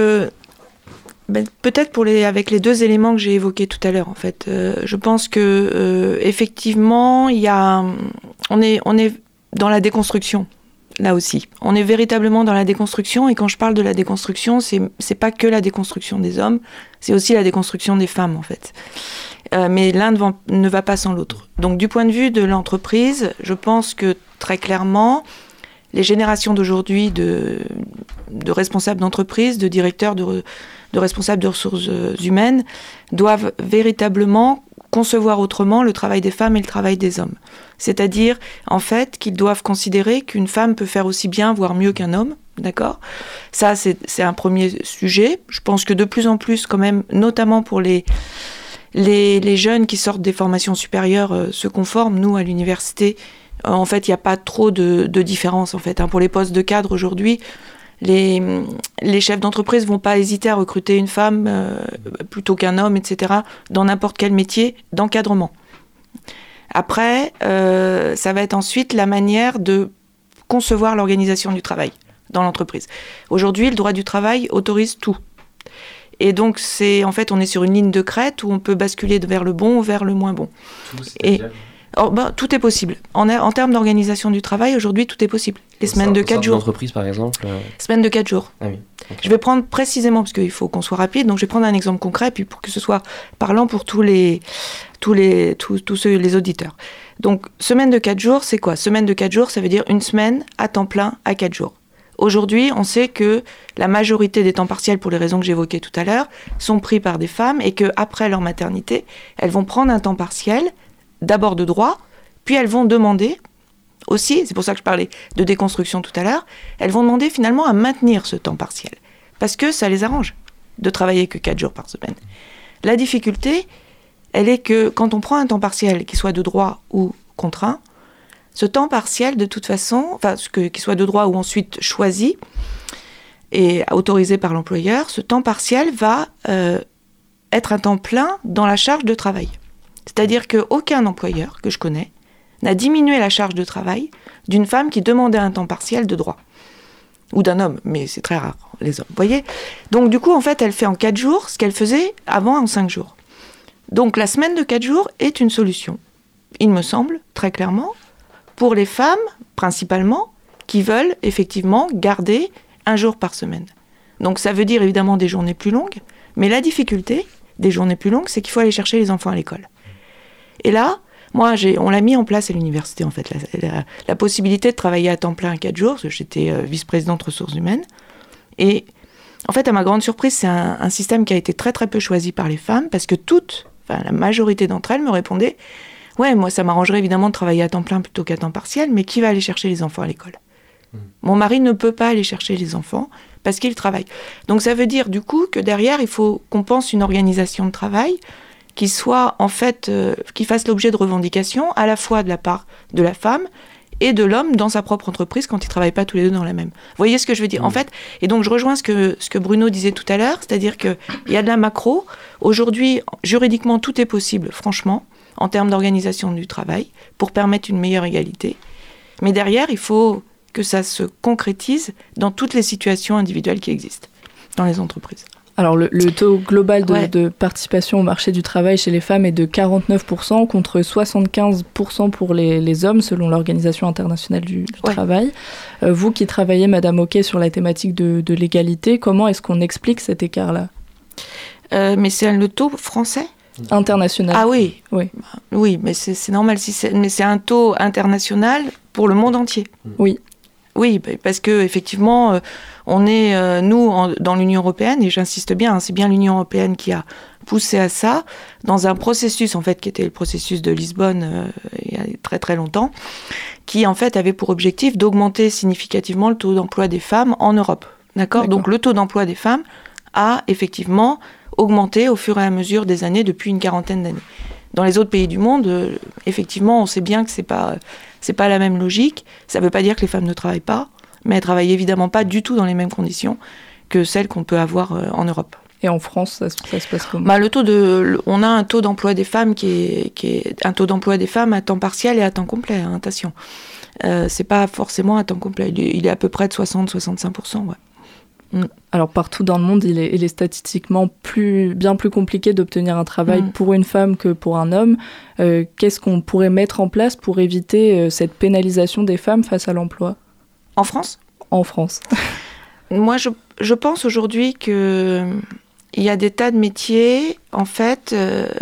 peut-être avec les deux éléments que j'ai évoqués tout à l'heure, en fait, je pense que effectivement, on est dans la déconstruction. Là aussi, on est véritablement dans la déconstruction et quand je parle de la déconstruction, c'est pas que la déconstruction des hommes, c'est aussi la déconstruction des femmes en fait. Mais l'un ne va pas sans l'autre. Donc du point de vue de l'entreprise, je pense que très clairement, les générations d'aujourd'hui de responsables d'entreprise, de directeurs, de responsables de ressources humaines doivent véritablement concevoir autrement le travail des femmes et le travail des hommes. C'est-à-dire, en fait, qu'ils doivent considérer qu'une femme peut faire aussi bien, voire mieux qu'un homme, d'accord ? Ça, c'est un premier sujet. Je pense que de plus en plus, quand même, notamment pour les jeunes qui sortent des formations supérieures, se conforment, nous, à l'université. En fait, il n'y a pas trop de différence, en fait. Pour les postes de cadre, aujourd'hui, les chefs d'entreprise vont pas hésiter à recruter une femme plutôt qu'un homme, etc., dans n'importe quel métier d'encadrement. Après, ça va être ensuite la manière de concevoir l'organisation du travail dans l'entreprise. Aujourd'hui, le droit du travail autorise tout. Et donc, on est sur une ligne de crête où on peut basculer vers le bon ou vers le moins bon. Tout est possible. En termes d'organisation du travail, aujourd'hui, tout est possible. Les semaines de 4 jours. L'entreprise, par exemple Semaines de 4 jours. Ah oui. Okay. Je vais prendre précisément, parce qu'il faut qu'on soit rapide, donc je vais prendre un exemple concret, puis pour que ce soit parlant pour tous les auditeurs. Donc, semaine de 4 jours, c'est quoi ? Semaine de 4 jours, ça veut dire une semaine à temps plein à 4 jours. Aujourd'hui, on sait que la majorité des temps partiels, pour les raisons que j'évoquais tout à l'heure, sont pris par des femmes et qu'après leur maternité, elles vont prendre un temps partiel, d'abord de droit, puis elles vont demander aussi, c'est pour ça que je parlais de déconstruction tout à l'heure, elles vont demander finalement à maintenir ce temps partiel, parce que ça les arrange de travailler que 4 jours par semaine. La difficulté, elle est que quand on prend un temps partiel, qu'il soit de droit ou contraint, ce temps partiel, de toute façon, qu'il soit de droit ou ensuite choisi et autorisé par l'employeur, ce temps partiel va être un temps plein dans la charge de travail. C'est-à-dire qu'aucun employeur que je connais n'a diminué la charge de travail d'une femme qui demandait un temps partiel de droit. Ou d'un homme, mais c'est très rare, les hommes, vous voyez ? Donc du coup, en fait, elle fait en 4 jours ce qu'elle faisait avant en 5 jours. Donc la semaine de 4 jours est une solution, il me semble, très clairement, pour les femmes, principalement, qui veulent effectivement garder un jour par semaine. Donc ça veut dire évidemment des journées plus longues, mais la difficulté des journées plus longues, c'est qu'il faut aller chercher les enfants à l'école. Et là, moi, on l'a mis en place à l'université, en fait, la possibilité de travailler à temps plein 4 jours, parce que j'étais vice-présidente ressources humaines. Et en fait, à ma grande surprise, c'est un système qui a été très très peu choisi par les femmes, parce que la majorité d'entre elles me répondaient « Ouais, moi, ça m'arrangerait évidemment de travailler à temps plein plutôt qu'à temps partiel, mais qui va aller chercher les enfants à l'école ? Mon mari ne peut pas aller chercher les enfants parce qu'il travaille. » Donc ça veut dire du coup que derrière, il faut qu'on pense une organisation de travail qui soit en fait, qui fasse l'objet de revendications à la fois de la part de la femme et de l'homme dans sa propre entreprise quand ils ne travaillent pas tous les deux dans la même. Vous voyez ce que je veux dire ? En fait, et donc je rejoins ce que Bruno disait tout à l'heure, c'est-à-dire qu'il y a de la macro. Aujourd'hui, juridiquement, tout est possible, franchement, en termes d'organisation du travail, pour permettre une meilleure égalité. Mais derrière, il faut que ça se concrétise dans toutes les situations individuelles qui existent dans les entreprises. Alors le taux global de participation au marché du travail chez les femmes est de 49% contre 75% pour les hommes selon l'Organisation internationale du travail. Vous qui travaillez, Madame Oquet, sur la thématique de l'égalité, comment est-ce qu'on explique cet écart-là ? Mais c'est le taux français ? International. Ah oui, oui, mais c'est normal. Mais c'est un taux international pour le monde entier. Oui, parce que effectivement, on est nous dans l'Union européenne, et j'insiste bien, c'est bien l'Union européenne qui a poussé à ça dans un processus en fait qui était le processus de Lisbonne il y a très très longtemps, qui en fait avait pour objectif d'augmenter significativement le taux d'emploi des femmes en Europe. D'accord ? Donc le taux d'emploi des femmes a effectivement augmenté au fur et à mesure des années depuis une quarantaine d'années. Dans les autres pays du monde, effectivement, on sait bien que c'est pas la même logique. Ça ne veut pas dire que les femmes ne travaillent pas, mais elles travaillent évidemment pas du tout dans les mêmes conditions que celles qu'on peut avoir en Europe. Et en France, ça se passe comment ? On a un taux d'emploi des femmes qui est un taux d'emploi des femmes à temps partiel et à temps complet. Attention, c'est pas forcément à temps complet. Il est à peu près de 60-65%. Ouais. Alors partout dans le monde, il est statistiquement bien plus compliqué d'obtenir un travail pour une femme que pour un homme. Qu'est-ce qu'on pourrait mettre en place pour éviter cette pénalisation des femmes face à l'emploi ? En France ? En France. Moi, je pense aujourd'hui qu'il y a des tas de métiers, en fait,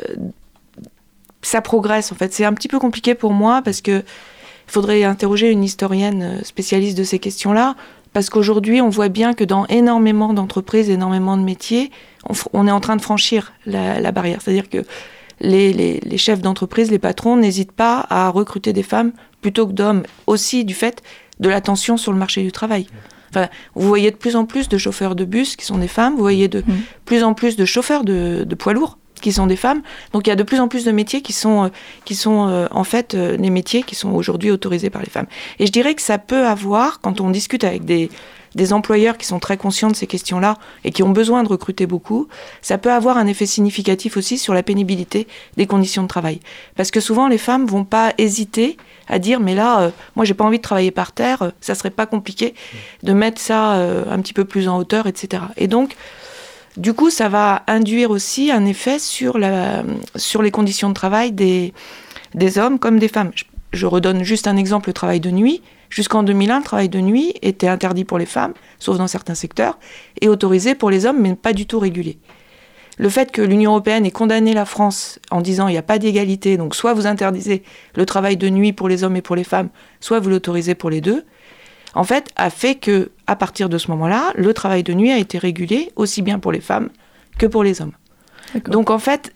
ça progresse. En fait, c'est un petit peu compliqué pour moi parce que il faudrait interroger une historienne spécialiste de ces questions-là. Parce qu'aujourd'hui, on voit bien que dans énormément d'entreprises, énormément de métiers, on est en train de franchir la barrière. C'est-à-dire que les chefs d'entreprise, les patrons, n'hésitent pas à recruter des femmes plutôt que d'hommes, aussi du fait de la tension sur le marché du travail. Enfin, vous voyez de plus en plus de chauffeurs de bus qui sont des femmes, vous voyez de plus en plus de chauffeurs de poids lourds qui sont des femmes. Donc il y a de plus en plus de métiers qui sont en fait les métiers qui sont aujourd'hui autorisés par les femmes. Et je dirais que ça peut avoir, quand on discute avec des employeurs qui sont très conscients de ces questions-là et qui ont besoin de recruter beaucoup, ça peut avoir un effet significatif aussi sur la pénibilité des conditions de travail. Parce que souvent les femmes vont pas hésiter à dire mais là, moi j'ai pas envie de travailler par terre, ça serait pas compliqué de mettre ça un petit peu plus en hauteur, etc. Et donc du coup, ça va induire aussi un effet sur les conditions de travail des hommes comme des femmes. Je redonne juste un exemple, le travail de nuit. Jusqu'en 2001, le travail de nuit était interdit pour les femmes, sauf dans certains secteurs, et autorisé pour les hommes, mais pas du tout régulé. Le fait que l'Union européenne ait condamné la France en disant il n'y a pas d'égalité, donc soit vous interdisez le travail de nuit pour les hommes et pour les femmes, soit vous l'autorisez pour les deux. en fait, a fait que, à partir de ce moment-là, le travail de nuit a été régulé aussi bien pour les femmes que pour les hommes. D'accord. Donc, en fait,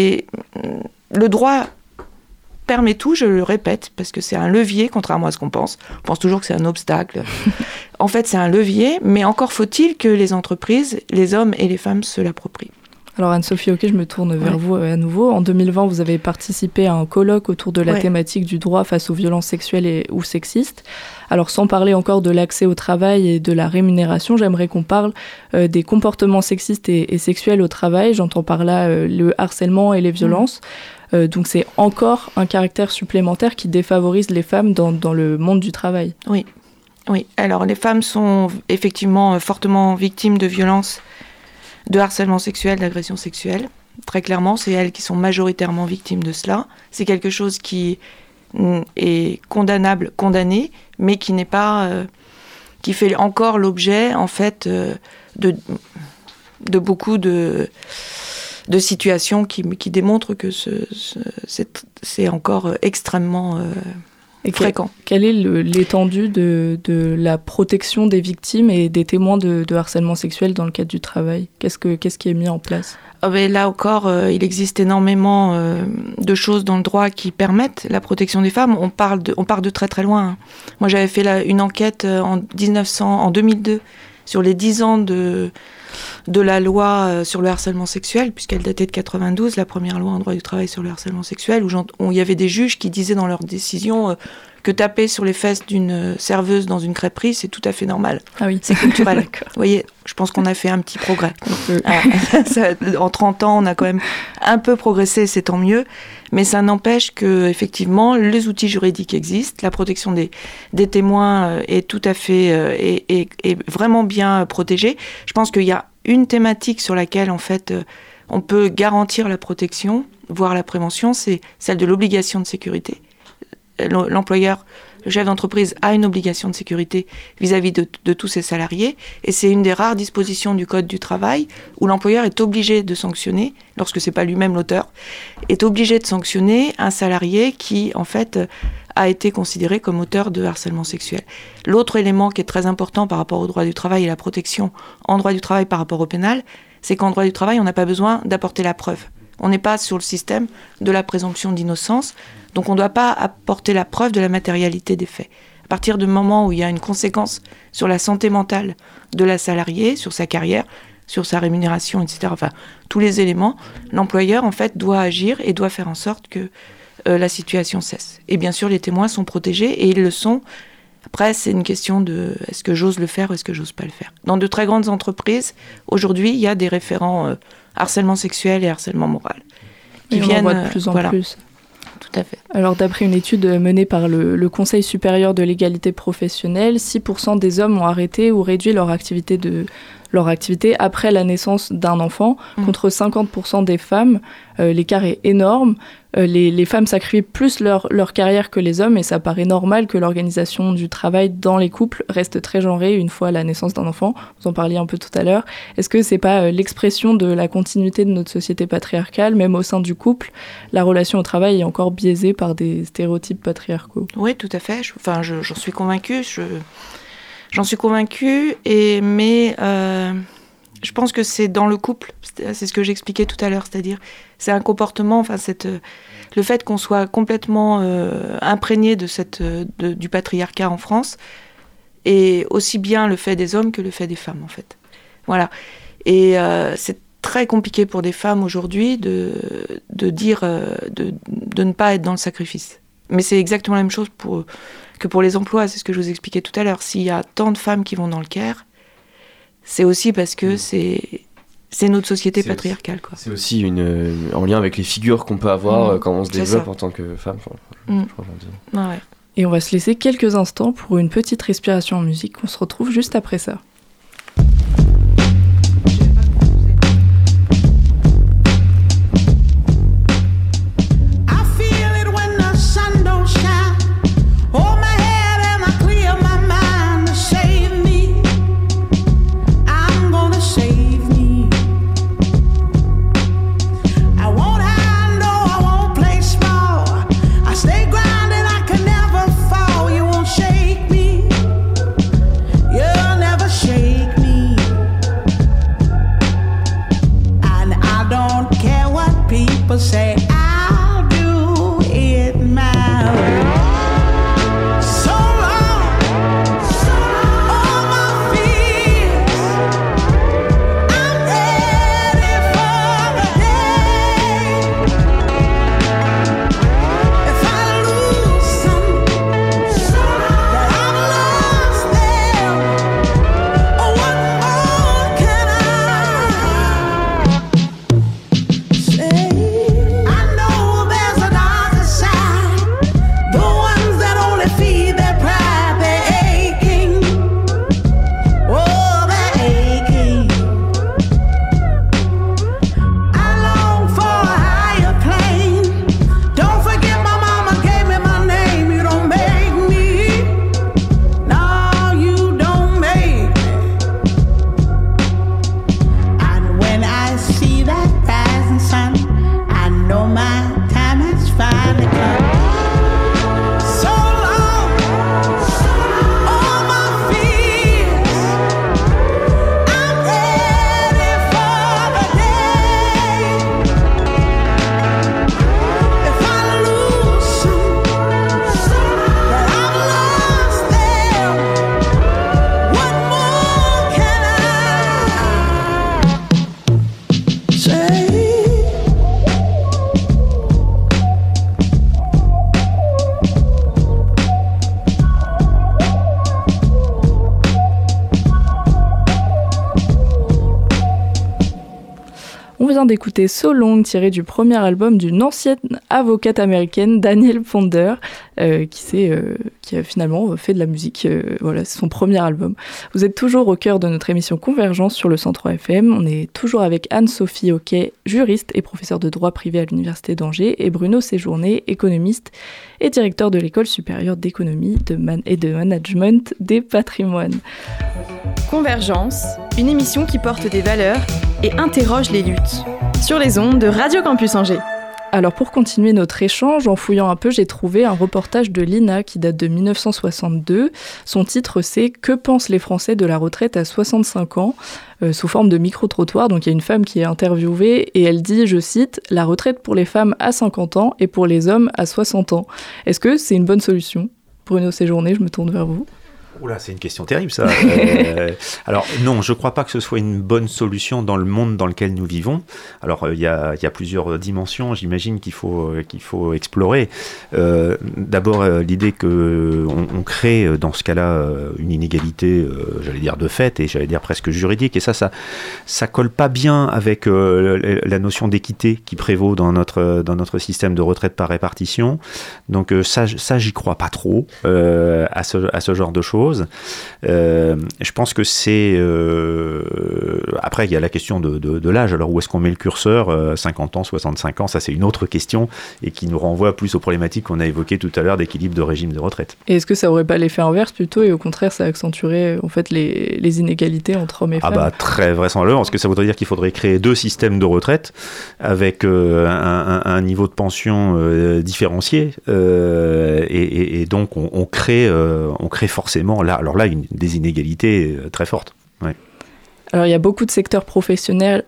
le droit permet tout, je le répète, parce que c'est un levier, contrairement à ce qu'on pense. On pense toujours que c'est un obstacle. En fait, c'est un levier, mais encore faut-il que les entreprises, les hommes et les femmes se l'approprient. Alors Anne-Sophie, je me tourne vers vous à nouveau. En 2020, vous avez participé à un colloque autour de la thématique du droit face aux violences sexuelles ou sexistes. Alors sans parler encore de l'accès au travail et de la rémunération, j'aimerais qu'on parle des comportements sexistes et sexuels au travail. J'entends par là le harcèlement et les violences. Donc c'est encore un caractère supplémentaire qui défavorise les femmes dans le monde du travail. Oui. Alors les femmes sont effectivement fortement victimes de violences, de harcèlement sexuel, d'agression sexuelle. Très clairement, c'est elles qui sont majoritairement victimes de cela. C'est quelque chose qui est condamné, mais qui n'est pas, qui fait encore l'objet en fait de beaucoup de situations qui démontrent que c'est encore extrêmement fréquent. Quelle est l'étendue de la protection des victimes et des témoins de harcèlement sexuel dans le cadre du travail ? Qu'est-ce qui est mis en place ? Là encore, il existe énormément de choses dans le droit qui permettent la protection des femmes. On part de très très loin. Moi, j'avais fait une enquête en 2002 sur les 10 ans de la loi sur le harcèlement sexuel, puisqu'elle datait de 92, la première loi en droit du travail sur le harcèlement sexuel, où il y avait des juges qui disaient dans leurs décisions que taper sur les fesses d'une serveuse dans une crêperie, c'est tout à fait normal. Ah oui, c'est culturel. Vous voyez, je pense qu'on a fait un petit progrès. En 30 ans, on a quand même un peu progressé, c'est tant mieux. Mais ça n'empêche que, effectivement, les outils juridiques existent. La protection des témoins est tout à fait est vraiment bien protégée. Je pense qu'il y a une thématique sur laquelle, en fait, on peut garantir la protection, voire la prévention, c'est celle de l'obligation de sécurité. L'employeur, le chef d'entreprise a une obligation de sécurité vis-à-vis de tous ses salariés, et c'est une des rares dispositions du Code du travail où l'employeur est obligé de sanctionner, lorsque c'est pas lui-même l'auteur, est obligé de sanctionner un salarié qui, en fait, a été considéré comme auteur de harcèlement sexuel. L'autre élément qui est très important par rapport au droit du travail et la protection en droit du travail par rapport au pénal, c'est qu'en droit du travail, on n'a pas besoin d'apporter la preuve. On n'est pas sur le système de la présomption d'innocence, donc on ne doit pas apporter la preuve de la matérialité des faits. À partir du moment où il y a une conséquence sur la santé mentale de la salariée, sur sa carrière, sur sa rémunération, etc., enfin, tous les éléments, l'employeur, en fait, doit agir et doit faire en sorte que la situation cesse. Et bien sûr, les témoins sont protégés, et ils le sont. Après, c'est une question de est-ce que j'ose le faire ou est-ce que j'ose pas le faire. Dans de très grandes entreprises, aujourd'hui, il y a des référents harcèlement sexuel et harcèlement moral qui viennent on en voit de plus en plus. Tout à fait. Alors, d'après une étude menée par le Conseil supérieur de l'égalité professionnelle, 6% des hommes ont arrêté ou réduit leur activité après la naissance d'un enfant, contre 50% des femmes. L'écart est énorme. Les femmes sacrifient plus leur carrière que les hommes, et ça paraît normal que l'organisation du travail dans les couples reste très genrée une fois la naissance d'un enfant. Vous en parliez un peu tout à l'heure. Est-ce que c'est pas l'expression de la continuité de notre société patriarcale, même au sein du couple, la relation au travail est encore biaisée par des stéréotypes patriarcaux ? Oui, tout à fait. J'en suis convaincue. J'en suis convaincue, mais je pense que c'est dans le couple, c'est ce que j'expliquais tout à l'heure, c'est-à-dire c'est un comportement, le fait qu'on soit complètement imprégné du patriarcat en France, est aussi bien le fait des hommes que le fait des femmes, en fait. Voilà. Et c'est très compliqué pour des femmes aujourd'hui de dire de ne pas être dans le sacrifice. Mais c'est exactement la même chose que pour les emplois, c'est ce que je vous expliquais tout à l'heure. S'il y a tant de femmes qui vont dans le care, c'est aussi parce que c'est notre société patriarcale, quoi. C'est aussi en lien avec les figures qu'on peut avoir quand on se développe en tant que femme. Ouais. Et on va se laisser quelques instants pour une petite respiration en musique. On se retrouve juste après ça. say I'll do it my way. So long, all my fears. I'm ready for the day. If I lose some that I've lost them, oh, what more can I say? I know there's a darker side, the ones that only feed their pride. They're aching, oh, they're aching. I long for a higher plane. Don't forget my mama gave me my name. You don't make me, no, you don't make me. And when I see that rising sun, I know my time has finally come. So long, all my fears. I'm ready for the day. If I lose some that I've lost them, what more can I say? On vient d'écouter So Long, tiré du premier album d'une ancienne avocate américaine, Danielle Ponder, qui a finalement fait de la musique. Voilà, c'est son premier album. Vous êtes toujours au cœur de notre émission Convergence sur le 103 FM. On est toujours avec Anne-Sophie Hoquet, juriste et professeure de droit privé à l'Université d'Angers, et Bruno Séjourné, économiste et directeur de l'École supérieure d'économie et de management des patrimoines. Convergence, une émission qui porte des valeurs et interroge les luttes. Sur les ondes de Radio Campus Angers. Alors pour continuer notre échange, en fouillant un peu, j'ai trouvé un reportage de l'INA qui date de 1962. Son titre c'est « Que pensent les Français de la retraite à 65 ans ?» sous forme de micro-trottoir. Donc il y a une femme qui est interviewée et elle dit, je cite, « La retraite pour les femmes à 50 ans et pour les hommes à 60 ans. » Est-ce que c'est une bonne solution ? Bruno Séjourné, je me tourne vers vous. Oula, c'est une question terrible ça. Alors non, je ne crois pas que ce soit une bonne solution dans le monde dans lequel nous vivons. Alors il y a plusieurs dimensions, j'imagine qu'il faut explorer. D'abord l'idée que on crée dans ce cas-là une inégalité, j'allais dire de fait et j'allais dire presque juridique. Et ça colle pas bien avec la notion d'équité qui prévaut dans notre système de retraite par répartition. Donc ça j'y crois pas trop à ce genre de choses. Je pense que c'est... Après, il y a la question de l'âge. Alors, où est-ce qu'on met le curseur 50 ans, 65 ans, ça c'est une autre question et qui nous renvoie plus aux problématiques qu'on a évoquées tout à l'heure d'équilibre de régime de retraite. Et est-ce que ça n'aurait pas l'effet inverse plutôt et au contraire, ça accentuerait en fait les inégalités entre hommes et femmes ? Ah bah, très vraisemblablement, parce que ça voudrait dire qu'il faudrait créer deux systèmes de retraite avec un niveau de pension différencié et donc on crée forcément des inégalités très fortes. Ouais. Alors il y a beaucoup de secteurs professionnels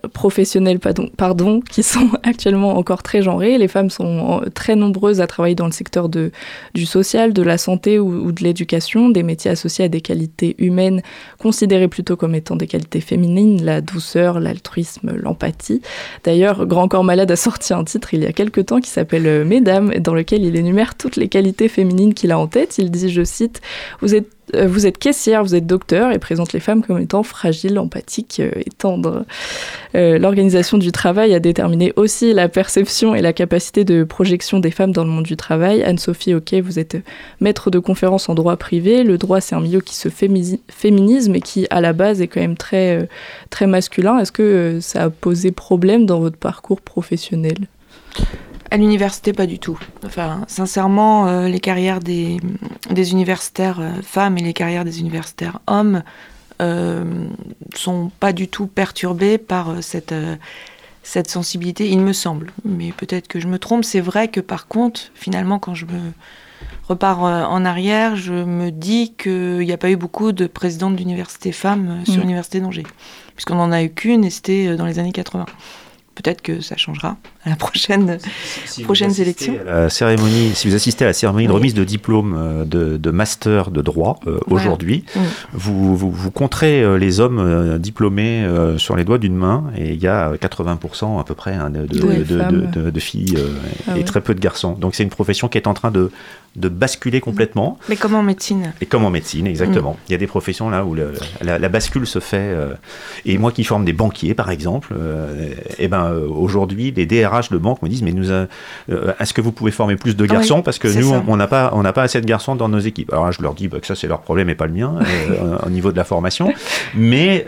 qui sont actuellement encore très genrés. Les femmes sont très nombreuses à travailler dans le secteur du social, de la santé ou de l'éducation, des métiers associés à des qualités humaines considérées plutôt comme étant des qualités féminines, la douceur, l'altruisme, l'empathie. D'ailleurs, Grand Corps Malade a sorti un titre il y a quelques temps qui s'appelle « Mesdames », dans lequel il énumère toutes les qualités féminines qu'il a en tête. Il dit, je cite, « Vous êtes caissière, vous êtes docteur » et présente les femmes comme étant fragiles, empathiques et tendres. L'organisation du travail a déterminé aussi la perception et la capacité de projection des femmes dans le monde du travail. Anne-Sophie Hoquet, vous êtes maître de conférence en droit privé. Le droit, c'est un milieu qui se féminise, mais qui, à la base, est quand même très, très masculin. Est-ce que ça a posé problème dans votre parcours professionnel ? À l'université, pas du tout. Enfin, sincèrement, les carrières des universitaires femmes et les carrières des universitaires hommes sont pas du tout perturbées par cette sensibilité, il me semble. Mais peut-être que je me trompe. C'est vrai que par contre, finalement, quand je me repars en arrière, je me dis qu'il n'y a pas eu beaucoup de présidentes d'université femmes sur l'université d'Angers. Puisqu'on n'en a eu qu'une et c'était dans les années 80. peut-être que ça changera à la prochaine élection. Si vous assistez à la cérémonie de remise de diplôme de master de droit aujourd'hui, vous compterez les hommes diplômés sur les doigts d'une main, et il y a 80% à peu près de filles et très peu de garçons. Donc c'est une profession qui est en train de basculer complètement. Mais comme en médecine. Et comme en médecine, exactement. Il y a des professions là où la bascule se fait. Et moi qui forme des banquiers, par exemple, aujourd'hui, les DRH de banque me disent, mais est-ce que vous pouvez former plus de garçons, parce que nous, on n'a pas assez de garçons dans nos équipes. Alors là, je leur dis que ça, c'est leur problème et pas le mien, au niveau de la formation. Mais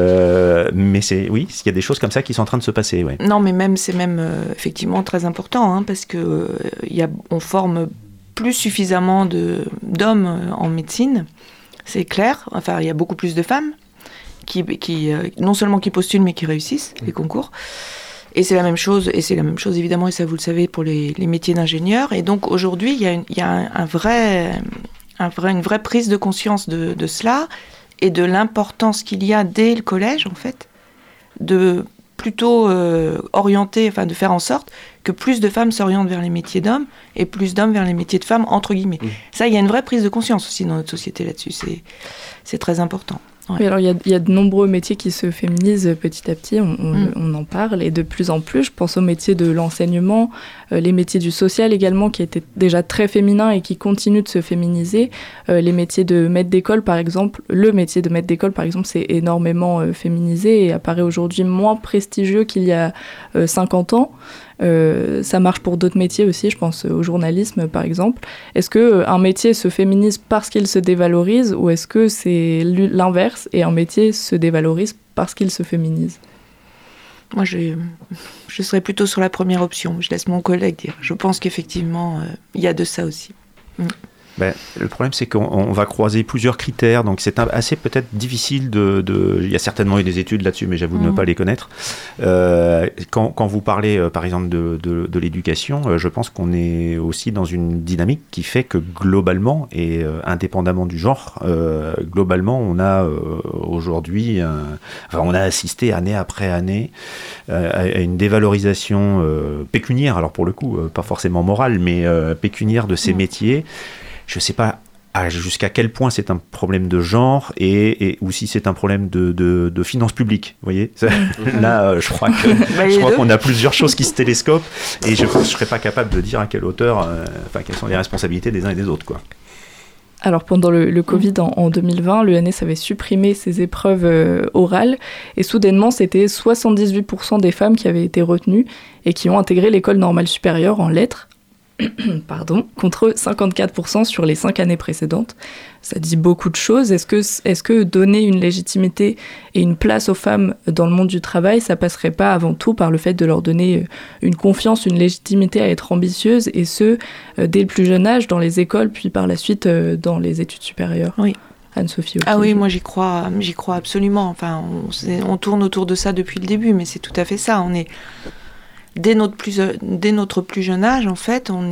il y a des choses comme ça qui sont en train de se passer. Ouais. Non, mais c'est effectivement très important, hein, parce que on forme plus suffisamment d'hommes en médecine, c'est clair. Enfin, il y a beaucoup plus de femmes qui non seulement qui postulent, mais qui réussissent les concours. Et c'est la même chose évidemment, et ça vous le savez, pour les métiers d'ingénieur. Et donc aujourd'hui, il y a une vraie prise de conscience de cela, et de l'importance qu'il y a dès le collège, en fait, de plutôt orienter, de faire en sorte que plus de femmes s'orientent vers les métiers d'hommes et plus d'hommes vers les métiers de femmes, entre guillemets. Ça, il y a une vraie prise de conscience aussi dans notre société là-dessus. C'est très important. Ouais. Oui, alors il y a de nombreux métiers qui se féminisent petit à petit, on en parle, et de plus en plus. Je pense aux métiers de l'enseignement, les métiers du social également, qui étaient déjà très féminins et qui continuent de se féminiser. Les métiers de maître d'école, par exemple, c'est énormément féminisé et apparaît aujourd'hui moins prestigieux qu'il y a 50 ans. Ça marche pour d'autres métiers aussi, je pense au journalisme par exemple. Est-ce qu'un métier se féminise parce qu'il se dévalorise, ou est-ce que c'est l'inverse et un métier se dévalorise parce qu'il se féminise ? Moi je serais plutôt sur la première option, je laisse mon collègue dire. Je pense qu'effectivement il y a de ça aussi. Le problème, c'est qu'on va croiser plusieurs critères, donc c'est assez peut-être difficile il y a certainement eu des études là-dessus, mais j'avoue de ne pas les connaître. Quand vous parlez, par exemple, de l'éducation, je pense qu'on est aussi dans une dynamique qui fait que globalement, et indépendamment du genre, globalement, on a aujourd'hui, on a assisté année après année à une dévalorisation pécuniaire, alors pour le coup, pas forcément morale, mais pécuniaire de ces métiers. Je ne sais pas jusqu'à quel point c'est un problème de genre ou si c'est un problème de finances publiques. Vous voyez, là, je crois qu'on a plusieurs choses qui se télescopent, et je ne serais pas capable de dire à quelle hauteur, quelles sont les responsabilités des uns et des autres, quoi. Alors pendant le Covid en 2020, l'ENS avait supprimé ses épreuves orales, et soudainement c'était 78% des femmes qui avaient été retenues et qui ont intégré l'école normale supérieure en lettres. Contre 54% sur les 5 années précédentes. Ça dit beaucoup de choses. Est-ce que donner une légitimité et une place aux femmes dans le monde du travail, ça passerait pas avant tout par le fait de leur donner une confiance, une légitimité à être ambitieuses, et dès le plus jeune âge, dans les écoles, puis par la suite dans les études supérieures ? Oui. Anne-Sophie. Ah oui, moi j'y crois absolument. On tourne autour de ça depuis le début, mais c'est tout à fait ça. Dès notre plus jeune âge, en fait, on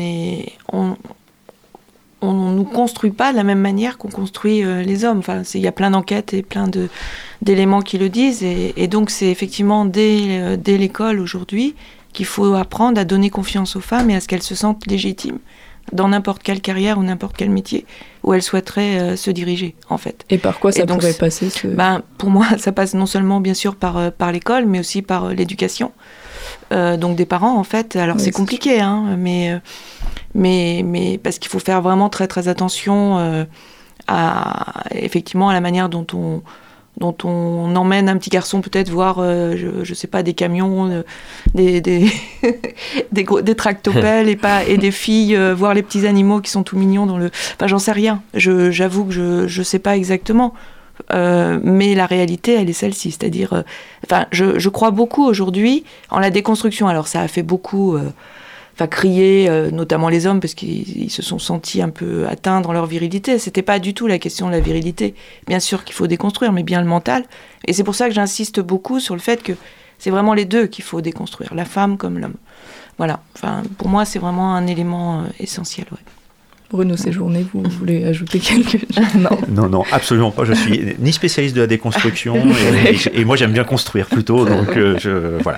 nous construit pas de la même manière qu'on construit les hommes. Il y a plein d'enquêtes et plein d'éléments qui le disent, et donc c'est effectivement dès l'école aujourd'hui qu'il faut apprendre à donner confiance aux femmes et à ce qu'elles se sentent légitimes dans n'importe quelle carrière ou n'importe quel métier où elles souhaiteraient se diriger, en fait. Et par quoi ça pourrait passer pour moi, ça passe non seulement bien sûr par l'école, mais aussi par l'éducation. Donc des parents, en fait. Alors c'est compliqué, mais parce qu'il faut faire vraiment très très attention effectivement à la manière dont on emmène un petit garçon peut-être voir, je sais pas, des camions, des tractopelles et des filles voir les petits animaux qui sont tout mignons dans le... j'en sais rien. J'avoue que je sais pas exactement. Mais la réalité, elle est celle-ci, c'est-à-dire, je crois beaucoup aujourd'hui en la déconstruction. Alors ça a fait beaucoup crier, notamment les hommes, parce qu'ils se sont sentis un peu atteints dans leur virilité. C'était pas du tout la question de la virilité. Bien sûr qu'il faut déconstruire, mais bien le mental. Et c'est pour ça que j'insiste beaucoup sur le fait que c'est vraiment les deux qu'il faut déconstruire, la femme comme l'homme. Voilà. Pour moi, c'est vraiment un élément essentiel. Ouais. Bruno Séjourné, vous voulez ajouter quelque chose ? Non, absolument pas. Je suis ni spécialiste de la déconstruction, et moi j'aime bien construire plutôt, donc voilà.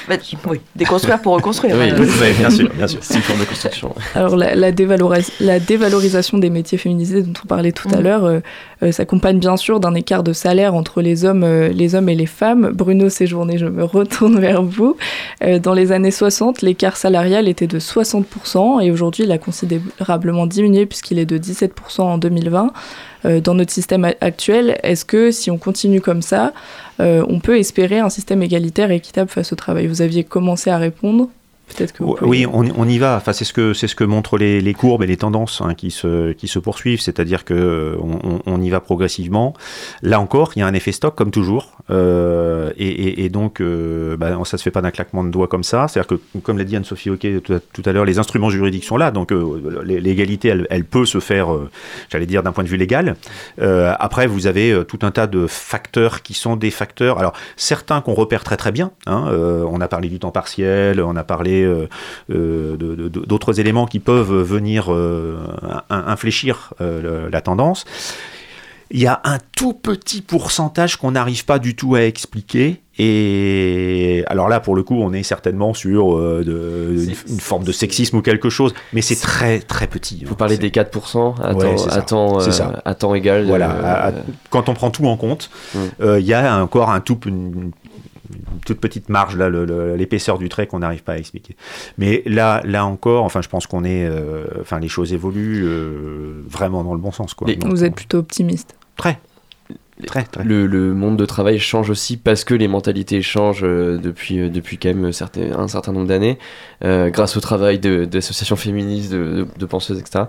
Oui, déconstruire pour reconstruire. Oui, bien sûr. C'est une forme de construction. Alors la dévalorisation des métiers féminisés dont on parlait tout à l'heure s'accompagne bien sûr d'un écart de salaire entre les hommes et les femmes. Bruno Séjourné, je me retourne vers vous. Dans les années 60, l'écart salarial était de 60% et aujourd'hui il a considérablement diminué puisqu'il est de 17% en 2020. Dans notre système actuel, est-ce que si on continue comme ça, on peut espérer un système égalitaire et équitable face au travail ? Vous aviez commencé à répondre. Peut-être que oui, on y va. Enfin, c'est ce que montrent les courbes et les tendances qui se poursuivent. C'est-à-dire que on y va progressivement. Là encore, il y a un effet stock comme toujours, et donc ça se fait pas d'un claquement de doigts comme ça. C'est-à-dire que, comme l'a dit Anne-Sophie Hoquet tout à l'heure, les instruments juridiques sont là. Donc l'égalité, elle peut se faire, j'allais dire, d'un point de vue légal. Après, vous avez tout un tas de facteurs qui sont des facteurs. Alors certains qu'on repère très très bien. On a parlé du temps partiel, on a parlé d'autres éléments qui peuvent venir infléchir la tendance. Il y a un tout petit pourcentage qu'on n'arrive pas du tout à expliquer. Et alors là, pour le coup, on est certainement sur une forme de sexisme ou quelque chose, mais c'est très très petit. Vous parlez des 4% à temps égal. Voilà, quand on prend tout en compte, il y a encore une toute petite marge, là, l'épaisseur du trait qu'on n'arrive pas à expliquer. Mais là encore, je pense qu'on est, les choses évoluent vraiment dans le bon sens, quoi. Vous êtes plutôt optimiste. Très. Le monde de travail change aussi parce que les mentalités changent depuis quand même un certain nombre d'années, grâce au travail d'associations féministes, de penseuses, etc.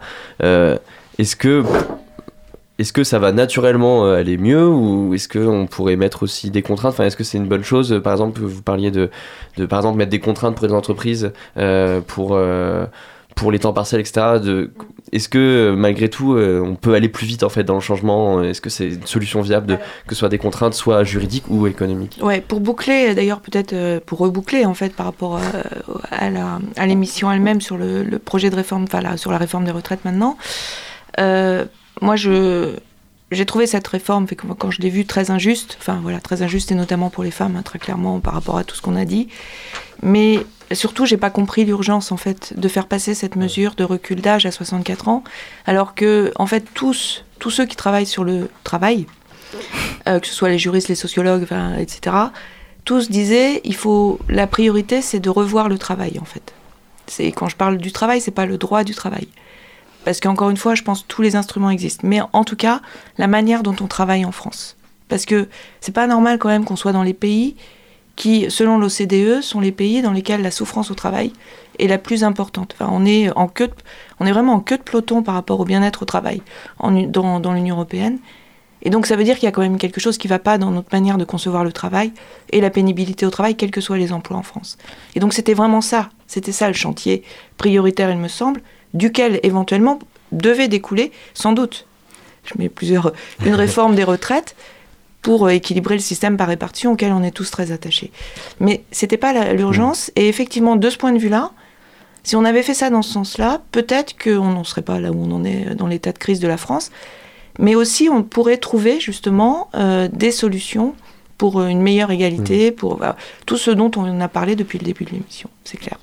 Est-ce que ça va naturellement aller mieux ou est-ce qu'on pourrait mettre aussi des contraintes ? Enfin, est-ce que c'est une bonne chose ? Par exemple, vous parliez de par exemple mettre des contraintes pour les entreprises pour les temps partiels, etc. Est-ce que malgré tout on peut aller plus vite en fait dans le changement ? Est-ce que c'est une solution viable que ce soit des contraintes, soit juridiques ou économiques ? Ouais, pour boucler d'ailleurs peut-être pour reboucler en fait par rapport à l'émission elle-même sur le projet de réforme, sur la réforme des retraites maintenant. Moi, j'ai trouvé cette réforme, quand je l'ai vue, très injuste. Très injuste, et notamment pour les femmes, très clairement, par rapport à tout ce qu'on a dit. Mais surtout, j'ai pas compris l'urgence, en fait, de faire passer cette mesure de recul d'âge à 64 ans, alors que, en fait, tous ceux qui travaillent sur le travail, que ce soit les juristes, les sociologues, etc., tous disaient, la priorité, c'est de revoir le travail, en fait. Quand je parle du travail, c'est pas le droit du travail. Parce qu'encore une fois, je pense que tous les instruments existent. Mais en tout cas, la manière dont on travaille en France. Parce que c'est pas normal quand même qu'on soit dans les pays qui, selon l'OCDE, sont les pays dans lesquels la souffrance au travail est la plus importante. On est vraiment en queue de peloton par rapport au bien-être au travail dans l'Union européenne. Et donc ça veut dire qu'il y a quand même quelque chose qui ne va pas dans notre manière de concevoir le travail et la pénibilité au travail, quels que soient les emplois en France. Et donc c'était vraiment ça. C'était ça le chantier prioritaire, il me semble, duquel éventuellement devait découler, sans doute, une réforme des retraites pour équilibrer le système par répartition auquel on est tous très attachés. Mais c'était pas l'urgence, et effectivement, de ce point de vue-là, si on avait fait ça dans ce sens-là, peut-être qu'on n'en serait pas là où on en est dans l'état de crise de la France, mais aussi on pourrait trouver justement des solutions pour une meilleure égalité, pour tout ce dont on a parlé depuis le début de l'émission, c'est clair.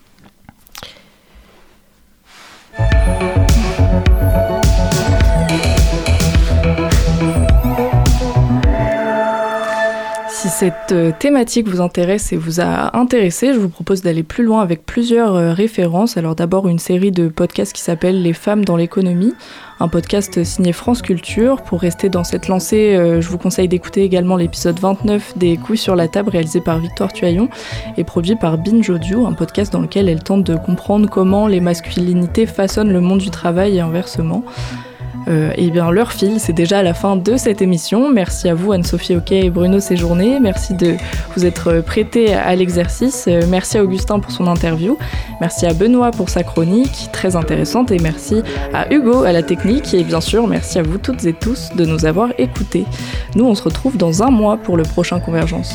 Si cette thématique vous intéresse et vous a intéressé, je vous propose d'aller plus loin avec plusieurs références. Alors d'abord une série de podcasts qui s'appelle « Les femmes dans l'économie », un podcast signé France Culture. Pour rester dans cette lancée, je vous conseille d'écouter également l'épisode 29 des Couilles sur la table, réalisé par Victoire Tuaillon et produit par Binge Audio, un podcast dans lequel elle tente de comprendre comment les masculinités façonnent le monde du travail et inversement. Et bien l'heure file, c'est déjà la fin de cette émission. Merci à vous Anne-Sophie Hoquet et Bruno Séjourné, merci de vous être prêtés à l'exercice, merci à Augustin pour son interview, merci à Benoît pour sa chronique très intéressante et merci à Hugo à la technique et bien sûr merci à vous toutes et tous de nous avoir écoutés. Nous on se retrouve dans un mois pour le prochain Convergence.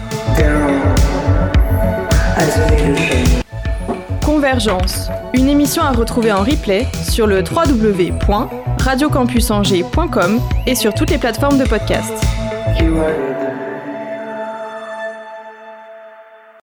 Convergence, une émission à retrouver en replay sur le www.radiocampusangers.com et sur toutes les plateformes de podcast.